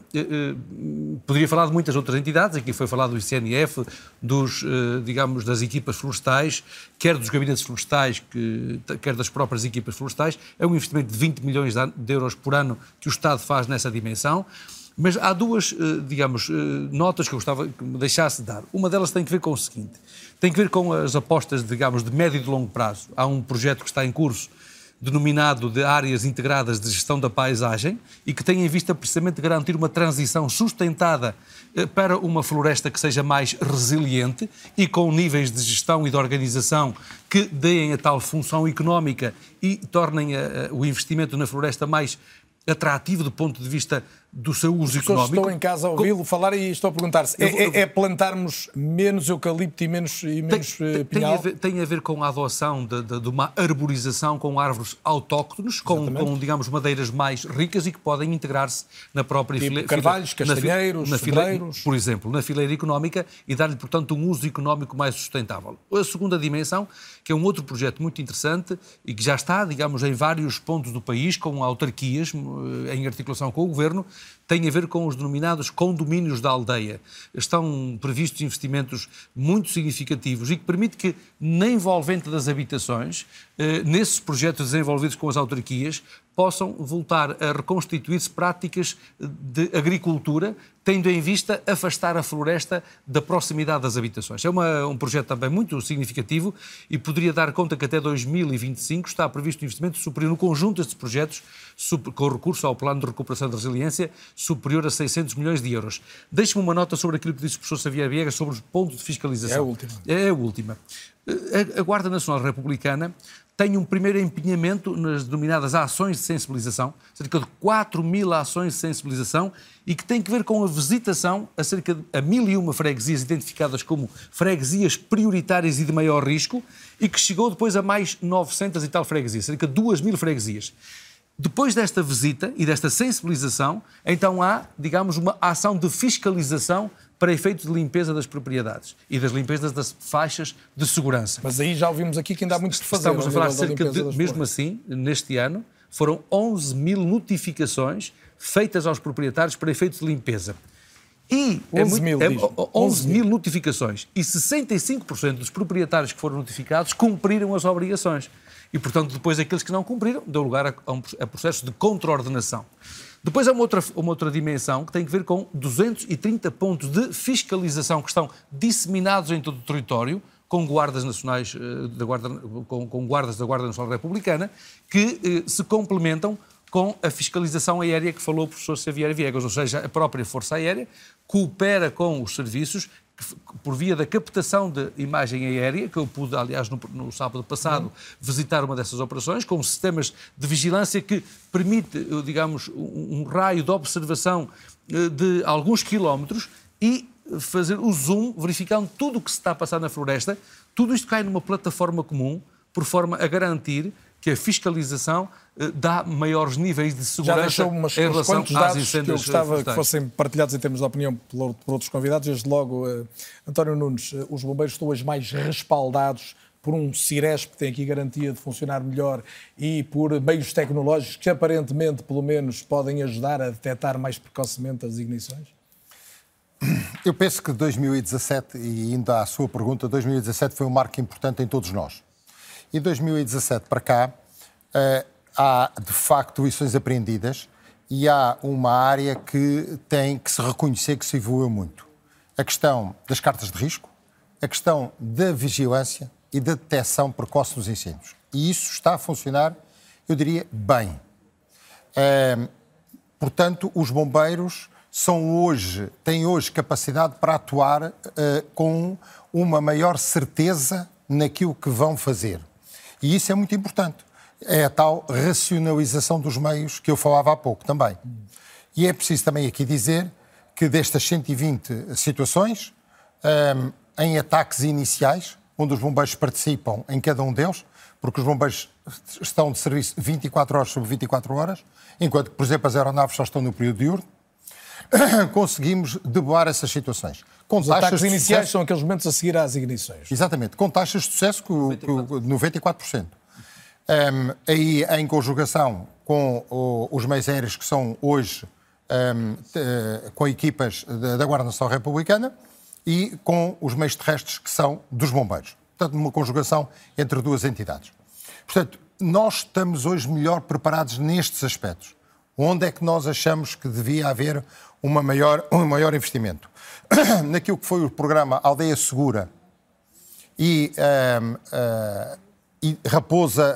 Poderia falar de muitas outras entidades, aqui foi falado do I C N F, dos, digamos, das equipas florestais, quer dos gabinetes florestais, quer das próprias equipas florestais. É um investimento de vinte milhões de euros por ano que o Estado faz nessa dimensão. Mas há duas, digamos, notas que eu gostava que me deixasse dar. Uma delas tem que ver com o seguinte, tem que ver com as apostas, digamos, de médio e de longo prazo. Há um projeto que está em curso, denominado de áreas integradas de gestão da paisagem e que tem em vista precisamente garantir uma transição sustentada para uma floresta que seja mais resiliente e com níveis de gestão e de organização que deem a tal função económica e tornem a, a, o investimento na floresta mais atrativo do ponto de vista do seu uso económico. Estou em casa a ouvi-lo falar e estou a perguntar-se, é, é, é plantarmos menos eucalipto e menos, e menos tem, pinhal? Tem a, ver, tem a ver com a adoção de, de, de uma arborização com árvores autóctones, com, com, digamos, madeiras mais ricas e que podem integrar-se na própria tipo fileira. Carvalhos, castanheiros, na fileira, cedreiros. por exemplo, na fileira económica e dar-lhe, portanto, um uso económico mais sustentável. A segunda dimensão, que é um outro projeto muito interessante e que já está, digamos, em vários pontos do país, com autarquias, em articulação com o Governo, tem a ver com os denominados condomínios da aldeia. Estão previstos investimentos muito significativos e que permite que, na envolvente das habitações, eh, nesses projetos desenvolvidos com as autarquias, possam voltar a reconstituir-se práticas de agricultura, tendo em vista afastar a floresta da proximidade das habitações. É uma, um projeto também muito significativo e poderia dar conta que até dois mil e vinte e cinco está previsto um investimento superior no conjunto destes projetos, super, com recurso ao Plano de Recuperação e Resiliência, superior a seiscentos milhões de euros. Deixe-me uma nota sobre aquilo que disse o professor Xavier Viegas sobre o ponto de fiscalização. É a última. É a última. A Guarda Nacional Republicana tem um primeiro empenhamento nas denominadas ações de sensibilização, cerca de quatro mil ações de sensibilização, e que tem que ver com a visitação a cerca de a mil e uma freguesias identificadas como freguesias prioritárias e de maior risco, e que chegou depois a mais novecentas e tal freguesias, cerca de duas mil freguesias. Depois desta visita e desta sensibilização, então há, digamos, uma ação de fiscalização para efeitos de limpeza das propriedades e das limpezas das faixas de segurança. Mas aí já ouvimos aqui que ainda há muito de fazer. Estamos a falar cerca de, mesmo assim, neste ano, foram onze mil notificações feitas aos proprietários para efeitos de limpeza. E onze mil, é, é, onze mil notificações. E sessenta e cinco por cento dos proprietários que foram notificados cumpriram as obrigações. E, portanto, depois aqueles que não cumpriram, deu lugar a, a, um, a processo de contraordenação. Depois há uma outra, uma outra dimensão que tem a ver com duzentos e trinta pontos de fiscalização que estão disseminados em todo o território, com guardas nacionais, da Guarda, com, com guardas da Guarda Nacional Republicana, que eh, se complementam com a fiscalização aérea que falou o professor Xavier Viegas, ou seja, a própria Força Aérea coopera com os serviços que, por via da captação de imagem aérea, que eu pude, aliás, no, no sábado passado, uhum. visitar uma dessas operações, com sistemas de vigilância que permite, digamos, um, um raio de observação de alguns quilómetros e fazer o zoom, verificando tudo o que se está a passar na floresta. Tudo isto cai numa plataforma comum, por forma a garantir que a fiscalização eh, dá maiores níveis de segurança. Já deixou umas, em relação quantos às dados que eu gostava florestais. que fossem partilhados em termos de opinião por, por outros convidados. Desde logo, uh, António Nunes, uh, os bombeiros estão hoje mais respaldados por um Ciresp que tem aqui garantia de funcionar melhor e por meios tecnológicos que aparentemente, pelo menos, podem ajudar a detectar mais precocemente as ignições? Eu penso que dois mil e dezassete, e ainda à sua pergunta, dois mil e dezassete foi um marco importante em todos nós. E dois mil e dezassete para cá uh, há, de facto, lições aprendidas e há uma área que tem que se reconhecer que se evoluiu muito. A questão das cartas de risco, a questão da vigilância e da detecção precoce dos incêndios. E isso está a funcionar, eu diria, bem. Uh, portanto, os bombeiros são hoje, têm hoje capacidade para atuar uh, com uma maior certeza naquilo que vão fazer. E isso é muito importante. É a tal racionalização dos meios que eu falava há pouco também. E é preciso também aqui dizer que destas cento e vinte situações, um, em ataques iniciais, onde os bombeiros participam em cada um deles, porque os bombeiros estão de serviço vinte e quatro horas sobre vinte e quatro horas, enquanto que, por exemplo, as aeronaves só estão no período diurno, conseguimos deboar essas situações. Com Os ataques iniciais sucesso... são aqueles momentos a seguir às ignições. Exatamente, com taxas de sucesso de noventa e quatro por cento. Um, aí, em conjugação com o, os meios aéreos que são hoje um, te, com equipas da, da Guarda Nacional Republicana e com os meios terrestres que são dos bombeiros. Portanto, uma conjugação entre duas entidades. Portanto, nós estamos hoje melhor preparados nestes aspectos. Onde é que nós achamos que devia haver uma maior, um maior investimento? Naquilo que foi o programa Aldeia Segura e, um, uh, e Raposa,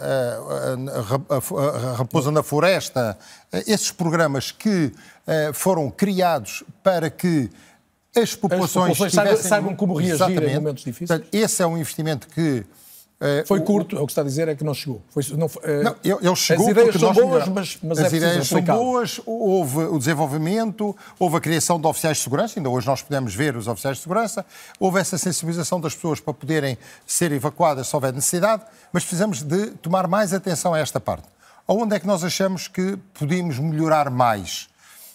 uh, Raposa na Floresta, uh, esses programas que uh, foram criados para que as populações, as populações tivessem... saibam como reagir em momentos difíceis. Portanto, esse é um investimento que... Uh, foi curto, o... o que está a dizer é que não chegou. Foi, não, uh, não, ele chegou as ideias porque são nós boas, mas, mas as é ideias são boas, houve o desenvolvimento, houve a criação de oficiais de segurança, ainda hoje nós podemos ver os oficiais de segurança, houve essa sensibilização das pessoas para poderem ser evacuadas se houver necessidade, mas precisamos de tomar mais atenção a esta parte. Onde é que nós achamos que podíamos melhorar mais?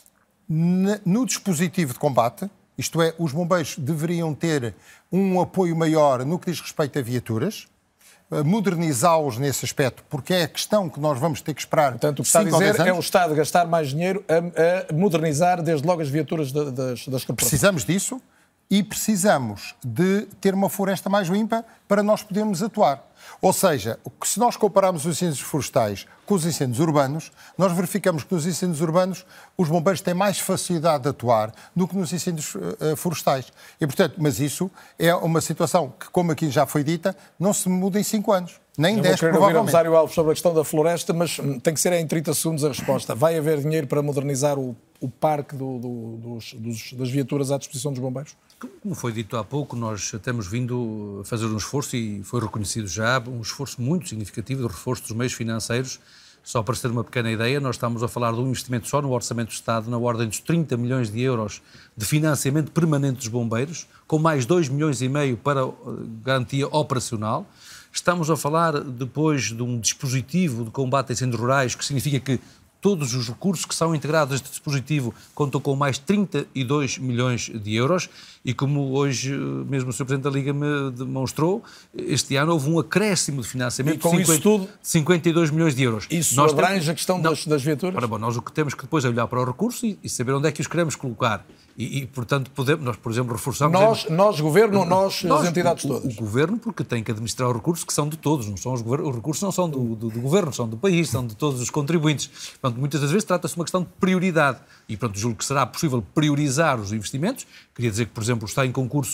No dispositivo de combate, isto é, os bombeiros deveriam ter um apoio maior no que diz respeito a viaturas, modernizá-los nesse aspecto, porque é a questão que nós vamos ter que esperar. Portanto, o que está a dizer é o Estado gastar mais dinheiro a, a modernizar desde logo as viaturas das, das corporações. Precisamos disso e precisamos de ter uma floresta mais limpa para nós podermos atuar. Ou seja, se nós compararmos os incêndios florestais com os incêndios urbanos, nós verificamos que nos incêndios urbanos os bombeiros têm mais facilidade de atuar do que nos incêndios uh, florestais. E, portanto, mas isso é uma situação que, como aqui já foi dita, não se muda em cinco anos. Nem Eu dez, vou querer provavelmente. ouvir o Rosário Alves sobre a questão da floresta, mas tem que ser em trinta segundos a resposta. Vai haver dinheiro para modernizar o, o parque do, do, dos, dos, das viaturas à disposição dos bombeiros? Como foi dito há pouco, nós temos vindo a fazer um esforço, e foi reconhecido já, um esforço muito significativo de reforço dos meios financeiros. Só para se ter uma pequena ideia, nós estamos a falar de um investimento só no Orçamento do Estado na ordem dos trinta milhões de euros de financiamento permanente dos bombeiros, com mais dois milhões e meio para garantia operacional. Estamos a falar depois de um dispositivo de combate a incêndios rurais, que significa que todos os recursos que são integrados neste dispositivo contam com mais trinta e dois milhões de euros e, como hoje mesmo o senhor Presidente da Liga me demonstrou, este ano houve um acréscimo de financiamento e com de, cinquenta, isso tudo, de cinquenta e dois milhões de euros. Isso nós abrange temos, a questão não, das, das viaturas? Para bom, nós o que temos que depois é olhar para o recurso e, e saber onde é que os queremos colocar. E, e, portanto, podemos, nós, por exemplo, reforçamos... Nós, nós Governo, nós, nós, as entidades o, todas? O Governo, porque tem que administrar os recursos que são de todos, não são os, os recursos não são do, do, do Governo, são do país, são de todos os contribuintes. Portanto, muitas das vezes trata-se de uma questão de prioridade. E, portanto, julgo que será possível priorizar os investimentos. Queria dizer que, por exemplo, está em concurso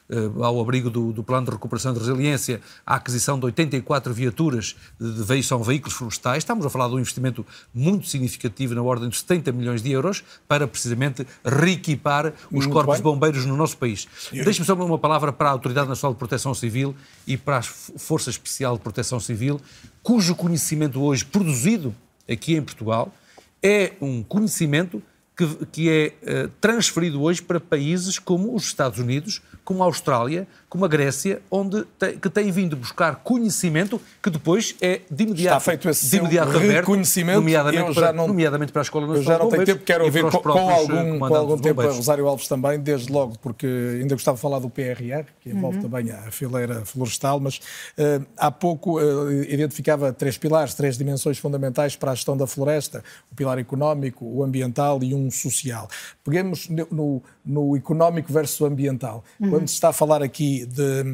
ao abrigo do, do Plano de Recuperação e de Resiliência, a aquisição de oitenta e quatro viaturas de veículos, são veículos florestais. Estamos a falar de um investimento muito significativo na ordem de setenta milhões de euros para precisamente reequipar os muito corpos bem. de bombeiros no nosso país. Deixe-me só uma palavra para a Autoridade Nacional de Proteção Civil e para a Força Especial de Proteção Civil, cujo conhecimento hoje produzido aqui em Portugal é um conhecimento que, que é uh, transferido hoje para países como os Estados Unidos, como a Austrália, como a Grécia, onde te, que têm vindo buscar conhecimento que depois é de imediato, Está feito esse de imediato reconhecimento, nomeadamente, para, não, nomeadamente para a Escola Nacional de Bombeiros. Eu já não tenho tempo, quero ouvir com, com algum, com algum tempo a Rosário Alves também, desde logo, porque ainda gostava de falar do P R R, que envolve uhum. também a fileira florestal, mas uh, há pouco uh, identificava três pilares, três dimensões fundamentais para a gestão da floresta, o pilar económico, o ambiental e um social. Peguemos no, no económico versus o ambiental. Uhum. Quando se está a falar aqui de,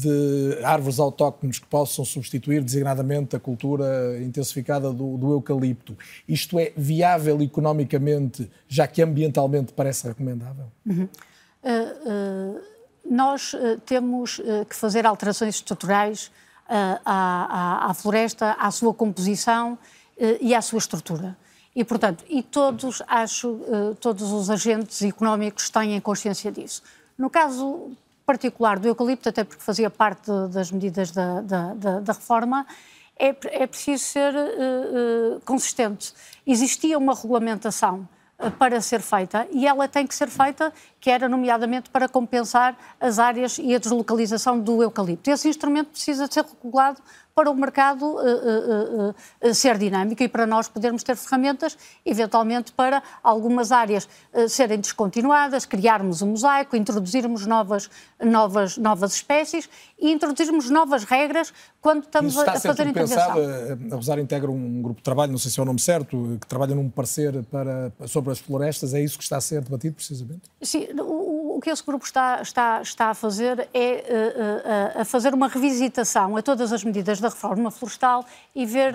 de árvores autóctones que possam substituir designadamente a cultura intensificada do, do eucalipto, isto é viável economicamente, já que ambientalmente parece recomendável? Uhum. Uh, uh, nós uh, temos uh, que fazer alterações estruturais uh, à, à, à floresta, à sua composição uh, e à sua estrutura. E, portanto, e todos, acho, uh, todos os agentes económicos têm consciência disso. No caso particular do eucalipto, até porque fazia parte das medidas da, da, da, da reforma, é, é preciso ser uh, uh, consistente. Existia uma regulamentação uh, para ser feita e ela tem que ser feita, que era nomeadamente para compensar as áreas e a deslocalização do eucalipto. Esse instrumento precisa ser regulado para o mercado uh, uh, uh, ser dinâmico e para nós podermos ter ferramentas, eventualmente, para algumas áreas uh, serem descontinuadas, criarmos um mosaico, introduzirmos novas, novas, novas espécies e introduzirmos novas regras quando estamos a, a fazer a intervenção. Pensado, a Rosário integra um grupo de trabalho, não sei se é o nome certo, que trabalha num parecer para, sobre as florestas, é isso que está a ser debatido, precisamente? Sim, o, o que esse grupo está, está, está a fazer é uh, uh, a fazer uma revisitação a todas as medidas da reforma florestal e ver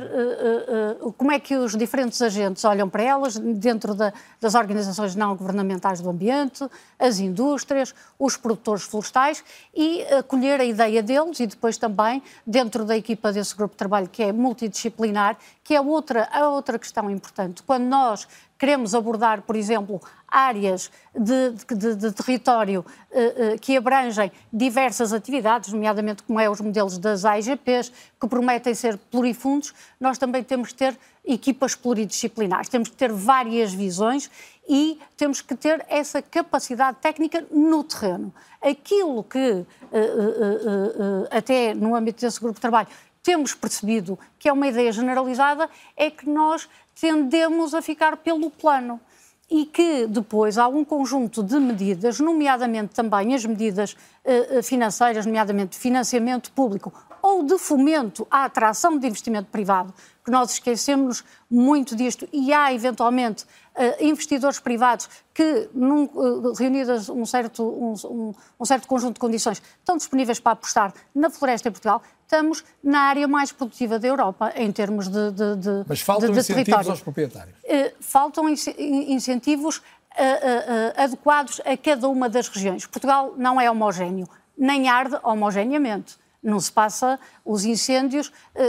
uh, uh, como é que os diferentes agentes olham para elas dentro da, das organizações não governamentais do ambiente, as indústrias, os produtores florestais e acolher a ideia deles e depois também dentro da equipa desse grupo de trabalho que é multidisciplinar, que é outra, a outra questão importante. Quando nós queremos abordar, por exemplo, áreas de, de, de território uh, uh, que abrangem diversas atividades, nomeadamente como é os modelos das A I G Ps, que prometem ser plurifundos, nós também temos que ter equipas pluridisciplinares, temos que ter várias visões e temos que ter essa capacidade técnica no terreno. Aquilo que, uh, uh, uh, uh, até no âmbito desse grupo de trabalho, temos percebido que é uma ideia generalizada, é que nós tendemos a ficar pelo plano e que depois há um conjunto de medidas, nomeadamente também as medidas uh, financeiras, nomeadamente financiamento público ou de fomento à atração de investimento privado, que nós esquecemos muito disto e há eventualmente uh, investidores privados que, num, uh, reunidas um certo, um, um, um certo conjunto de condições, estão disponíveis para apostar na floresta em Portugal. Estamos na área mais produtiva da Europa, em termos de, de, de Mas faltam de, de incentivos território. aos proprietários? Uh, faltam incentivos uh, uh, adequados a cada uma das regiões. Portugal não é homogéneo, nem arde homogeneamente. Não se passa os incêndios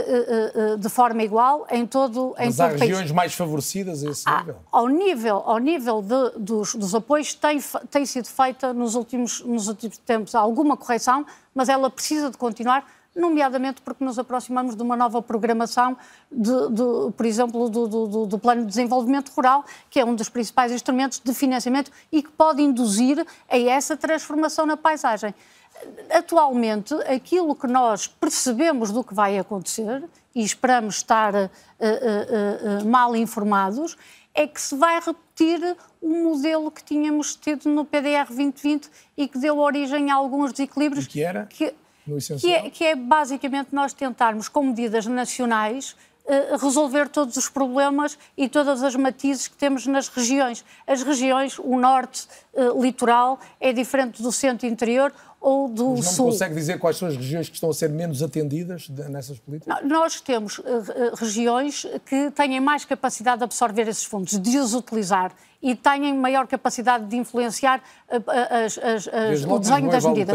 uh, uh, uh, de forma igual em todo, em Mas todo há o país. regiões mais favorecidas a esse ah, nível? Ao nível, ao nível de, dos, dos apoios tem, tem sido feita nos últimos, nos últimos tempos alguma correção, mas ela precisa de continuar, nomeadamente porque nos aproximamos de uma nova programação, de, de, por exemplo, do, do, do Plano de Desenvolvimento Rural, que é um dos principais instrumentos de financiamento e que pode induzir a essa transformação na paisagem. Atualmente, aquilo que nós percebemos do que vai acontecer, e esperamos estar uh, uh, uh, mal informados, é que se vai repetir o modelo que tínhamos tido no P D R vinte vinte e que deu origem a alguns desequilíbrios. E que era? Que, no essencial? Que é, que é basicamente nós tentarmos, com medidas nacionais, uh, resolver todos os problemas e todas as matizes que temos nas regiões. As regiões, o norte uh, litoral é diferente do centro interior ou do Mas não sul. Não consegue dizer quais são as regiões que estão a ser menos atendidas de, nessas políticas? Não, nós temos uh, regiões que têm mais capacidade de absorver esses fundos, de os utilizar e têm maior capacidade de influenciar uh, as, as, as, o desenho das medidas. Tejo, não é?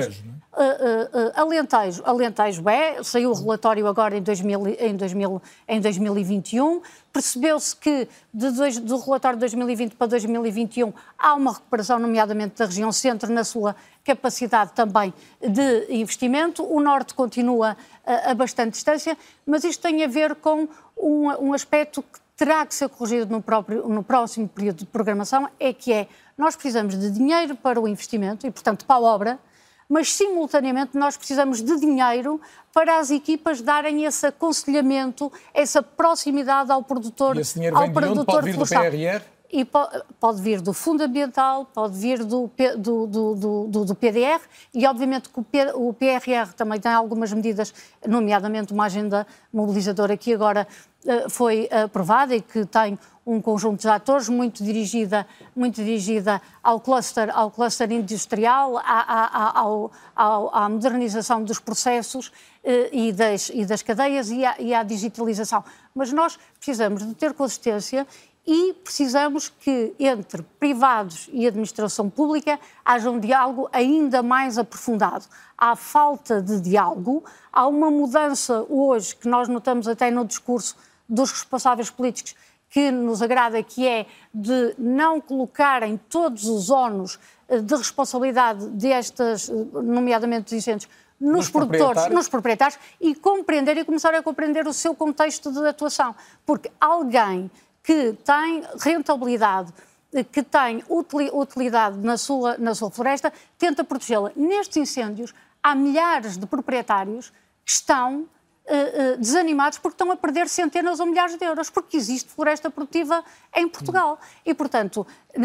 Uh, uh, uh, Alentejo, Alentejo é, saiu o relatório agora em, dois mil, em, dois mil, em dois mil e vinte e um, percebeu-se que de dois, do relatório de dois mil e vinte para dois mil e vinte e um há uma recuperação, nomeadamente da região centro, na sua capacidade também de investimento. O norte continua uh, a bastante distância, mas isto tem a ver com um, um aspecto que terá que ser corrigido no, próprio, no próximo período de programação, é que é, nós precisamos de dinheiro para o investimento e, portanto, para a obra, mas simultaneamente nós precisamos de dinheiro para as equipas darem esse aconselhamento, essa proximidade ao produtor, e esse dinheiro ao vem de onde? produtor Pode vir do P R R? E pode vir do Fundo Ambiental, pode vir do, do, do, do, do P D R e, obviamente, que o, P, o P R R também tem algumas medidas, nomeadamente uma agenda mobilizadora que agora uh, foi aprovada e que tem um conjunto de atores muito dirigida, muito dirigida ao cluster, ao cluster industrial, à, à, ao, ao, à modernização dos processos uh, e, das, e das cadeias e à, e à digitalização. Mas nós precisamos de ter consistência e precisamos que entre privados e administração pública haja um diálogo ainda mais aprofundado. Há falta de diálogo, há uma mudança hoje que nós notamos até no discurso dos responsáveis políticos que nos agrada, que é de não colocarem todos os ónus de responsabilidade destas, nomeadamente dos incêndios, nos, nos produtores, proprietários. nos proprietários, e compreender e começar a compreender o seu contexto de atuação. Porque alguém que tem rentabilidade, que tem utilidade na sua, na sua floresta, tenta protegê-la. Nestes incêndios, há milhares de proprietários que estão uh, uh, desanimados porque estão a perder centenas ou milhares de euros, porque existe floresta produtiva em Portugal. E, portanto,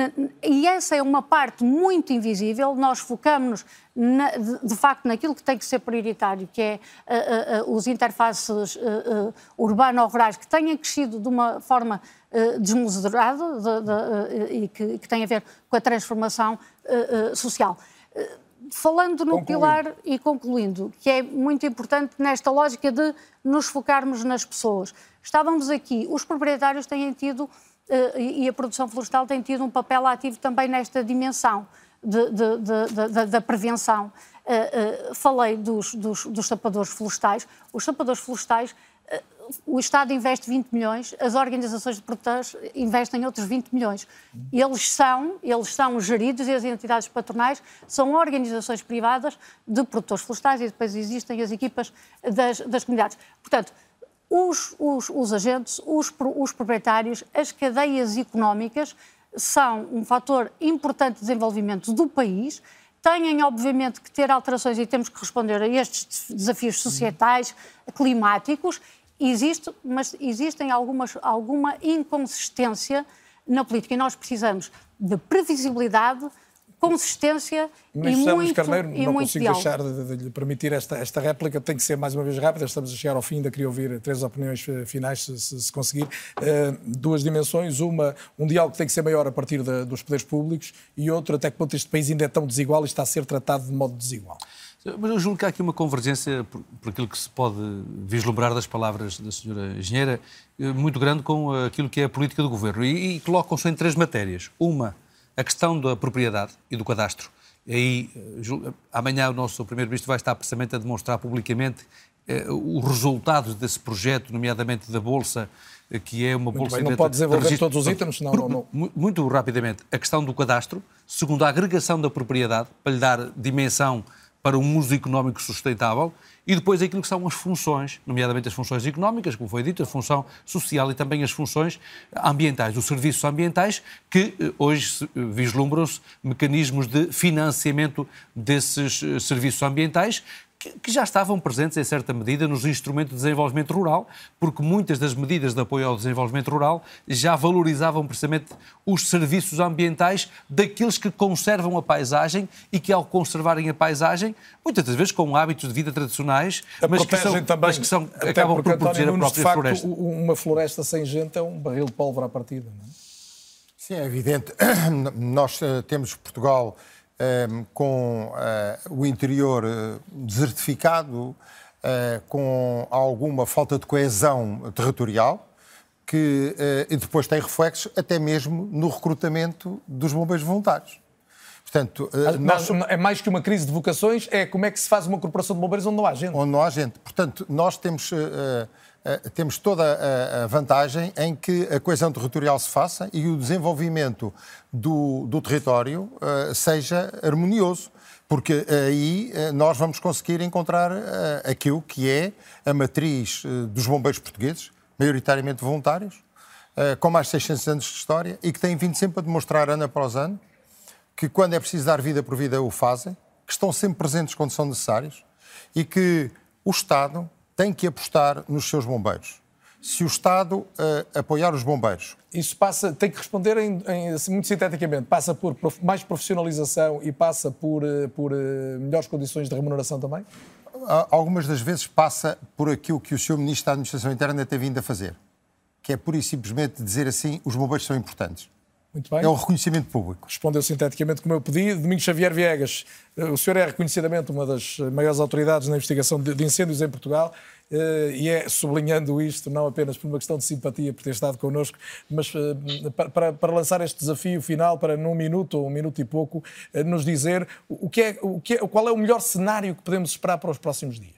e essa é uma parte muito invisível. Nós focamos-nos, na, de, de facto, naquilo que tem que ser prioritário, que é uh, uh, uh, os interfaces uh, uh, urbano-rurais que tenham crescido de uma forma uh, desmesurada de, de, uh, e que, que tem a ver com a transformação uh, uh, social. Uh, Falando no concluindo. pilar e concluindo, que é muito importante nesta lógica de nos focarmos nas pessoas. Estávamos aqui, os proprietários têm tido, e a produção florestal tem tido um papel ativo também nesta dimensão de, de, de, de, da prevenção. Falei dos, dos, dos sapadores florestais. Os sapadores florestais, o Estado investe vinte milhões, as organizações de produtores investem outros vinte milhões. Eles são, eles são geridos, e as entidades patronais são organizações privadas de produtores florestais, e depois existem as equipas das, das comunidades. Portanto, os, os, os agentes, os, os proprietários, as cadeias económicas são um fator importante de desenvolvimento do país. Têm, obviamente, que ter alterações e temos que responder a estes desafios societais, climáticos. Existe, mas existem algumas, alguma inconsistência na política e nós precisamos de previsibilidade, consistência mas, e muito, Carneiro, e não muito consigo diálogo. deixar de, de lhe permitir esta, esta réplica, tem que ser mais uma vez rápida, estamos a chegar ao fim, ainda queria ouvir três opiniões finais, se, se, se conseguir. Uh, duas dimensões, uma, um diálogo que tem que ser maior a partir de, dos poderes públicos e outro, até que ponto este país ainda é tão desigual e está a ser tratado de modo desigual. Mas eu julgo que há aqui uma convergência, por, por aquilo que se pode vislumbrar das palavras da senhora engenheira, muito grande com aquilo que é a política do governo. E, e colocam-se em três matérias. Uma, a questão da propriedade e do cadastro. E aí, amanhã o nosso primeiro-ministro vai estar precisamente a demonstrar publicamente eh, os resultados desse projeto, nomeadamente da Bolsa, que é uma muito bolsa... Bem, não pode desenvolver registro... todos os itens? Não, não, não. Muito rapidamente, a questão do cadastro. Segundo, a agregação da propriedade, para lhe dar dimensão para um uso económico sustentável, e depois aquilo que são as funções, nomeadamente as funções económicas, como foi dito, a função social e também as funções ambientais, os serviços ambientais, que hoje vislumbram-se mecanismos de financiamento desses serviços ambientais, que já estavam presentes, em certa medida, nos instrumentos de desenvolvimento rural, porque muitas das medidas de apoio ao desenvolvimento rural já valorizavam precisamente os serviços ambientais daqueles que conservam a paisagem e que, ao conservarem a paisagem, muitas das vezes com hábitos de vida tradicionais, mas que, são, também, mas que são, acabam porque, por proteger António, a própria de facto, floresta. Uma floresta sem gente é um barril de pólvora à partida, não é? Sim, é evidente. Nós uh, temos Portugal... Um, com uh, o interior uh, desertificado, uh, com alguma falta de coesão territorial, que uh, e depois tem reflexos até mesmo no recrutamento dos bombeiros voluntários. Portanto, nós... É mais que uma crise de vocações, é como é que se faz uma corporação de bombeiros onde não há gente. Onde não há gente. Portanto, nós temos, uh, uh, temos toda a, a vantagem em que a coesão territorial se faça e o desenvolvimento do, do território uh, seja harmonioso. Porque aí uh, nós vamos conseguir encontrar uh, aquilo que é a matriz uh, dos bombeiros portugueses, maioritariamente voluntários, uh, com mais de seiscentos anos de história e que têm vindo sempre a demonstrar, ano após ano, que quando é preciso dar vida por vida o fazem, que estão sempre presentes quando são necessários e que o Estado tem que apostar nos seus bombeiros. Se o Estado uh, apoiar os bombeiros... Isso passa, tem que responder em, em, assim, muito sinteticamente, passa por prof, mais profissionalização e passa por, por uh, melhores condições de remuneração também? Algumas das vezes passa por aquilo que o senhor Ministro da Administração Interna tem vindo a fazer, que é pura e simplesmente dizer assim, os bombeiros são importantes. Muito bem. É um reconhecimento público. Respondeu sinteticamente como eu pedi. Domingos Xavier Viegas, o senhor é reconhecidamente uma das maiores autoridades na investigação de incêndios em Portugal e é, sublinhando isto, não apenas por uma questão de simpatia por ter estado connosco, mas para, para lançar este desafio final, para num minuto ou um minuto e pouco, nos dizer o que é, o que é, qual é o melhor cenário que podemos esperar para os próximos dias.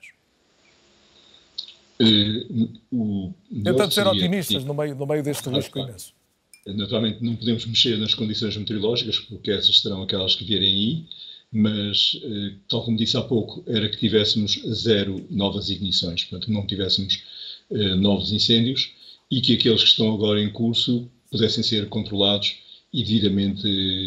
Uh, o Tentando ser otimistas no meio, no meio deste risco claro. imenso. Naturalmente não podemos mexer nas condições meteorológicas, porque essas serão aquelas que vierem aí, mas, tal como disse há pouco, era que tivéssemos zero novas ignições, portanto que não tivéssemos uh, novos incêndios e que aqueles que estão agora em curso pudessem ser controlados e devidamente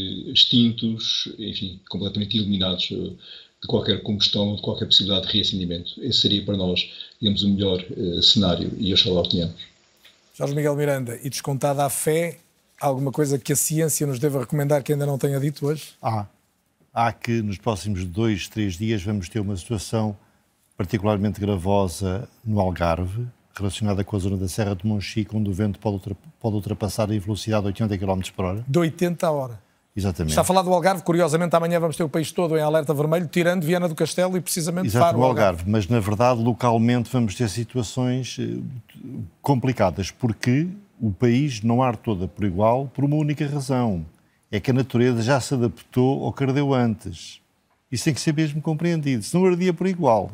extintos, enfim, completamente eliminados uh, de qualquer combustão, de qualquer possibilidade de reacendimento. Esse seria para nós, digamos, o melhor uh, cenário e oxalá o tenhamos. Jorge Miguel Miranda, e descontada a fé, alguma coisa que a ciência nos deva recomendar que ainda não tenha dito hoje? Há. Há que nos próximos dois, três dias vamos ter uma situação particularmente gravosa no Algarve, relacionada com a zona da Serra de Monchique, onde o vento pode, ultra, pode ultrapassar a velocidade de oitenta quilómetros por hora. De oitenta a hora. Exatamente. Está a falar do Algarve, curiosamente amanhã vamos ter o país todo em alerta vermelho, tirando Viana do Castelo e precisamente Exato, Faro. No Algarve, mas na verdade localmente vamos ter situações complicadas, porque o país não arde toda por igual por uma única razão, é que a natureza já se adaptou ao que ardeu antes. Isso tem que ser mesmo compreendido, se não ardia por igual.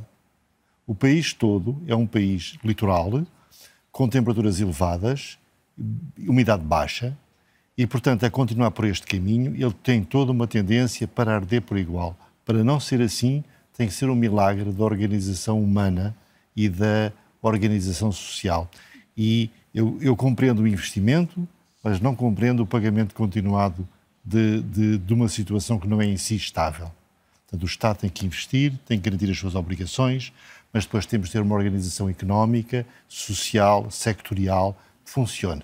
O país todo é um país litoral, com temperaturas elevadas, umidade baixa, e, portanto, a continuar por este caminho, ele tem toda uma tendência para arder por igual. Para não ser assim, tem que ser um milagre da organização humana e da organização social. E eu, eu compreendo o investimento, mas não compreendo o pagamento continuado de, de, de uma situação que não é em si estável. Portanto, o Estado tem que investir, tem que garantir as suas obrigações, mas depois temos de ter uma organização económica, social, sectorial, que funcione.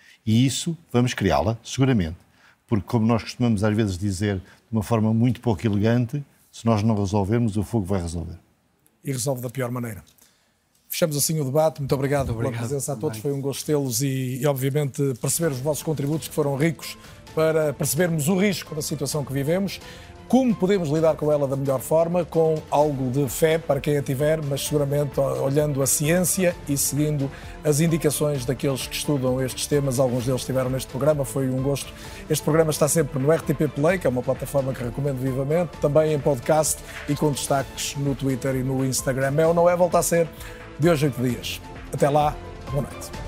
E isso vamos criá-la, seguramente. Porque, como nós costumamos às vezes dizer de uma forma muito pouco elegante, se nós não resolvermos, o fogo vai resolver. E resolve da pior maneira. Fechamos assim o debate. Muito obrigado, Muito obrigado pela presença a todos. Foi um gosto tê-los e, e, obviamente, perceber os vossos contributos, que foram ricos, para percebermos o risco da situação que vivemos. Como podemos lidar com ela da melhor forma, com algo de fé para quem a tiver, mas seguramente olhando a ciência e seguindo as indicações daqueles que estudam estes temas. Alguns deles estiveram neste programa, foi um gosto. Este programa está sempre no R T P Play, que é uma plataforma que recomendo vivamente, também em podcast e com destaques no Twitter e no Instagram. É ou não é? Volta a ser de hoje a oito dias. Até lá, boa noite.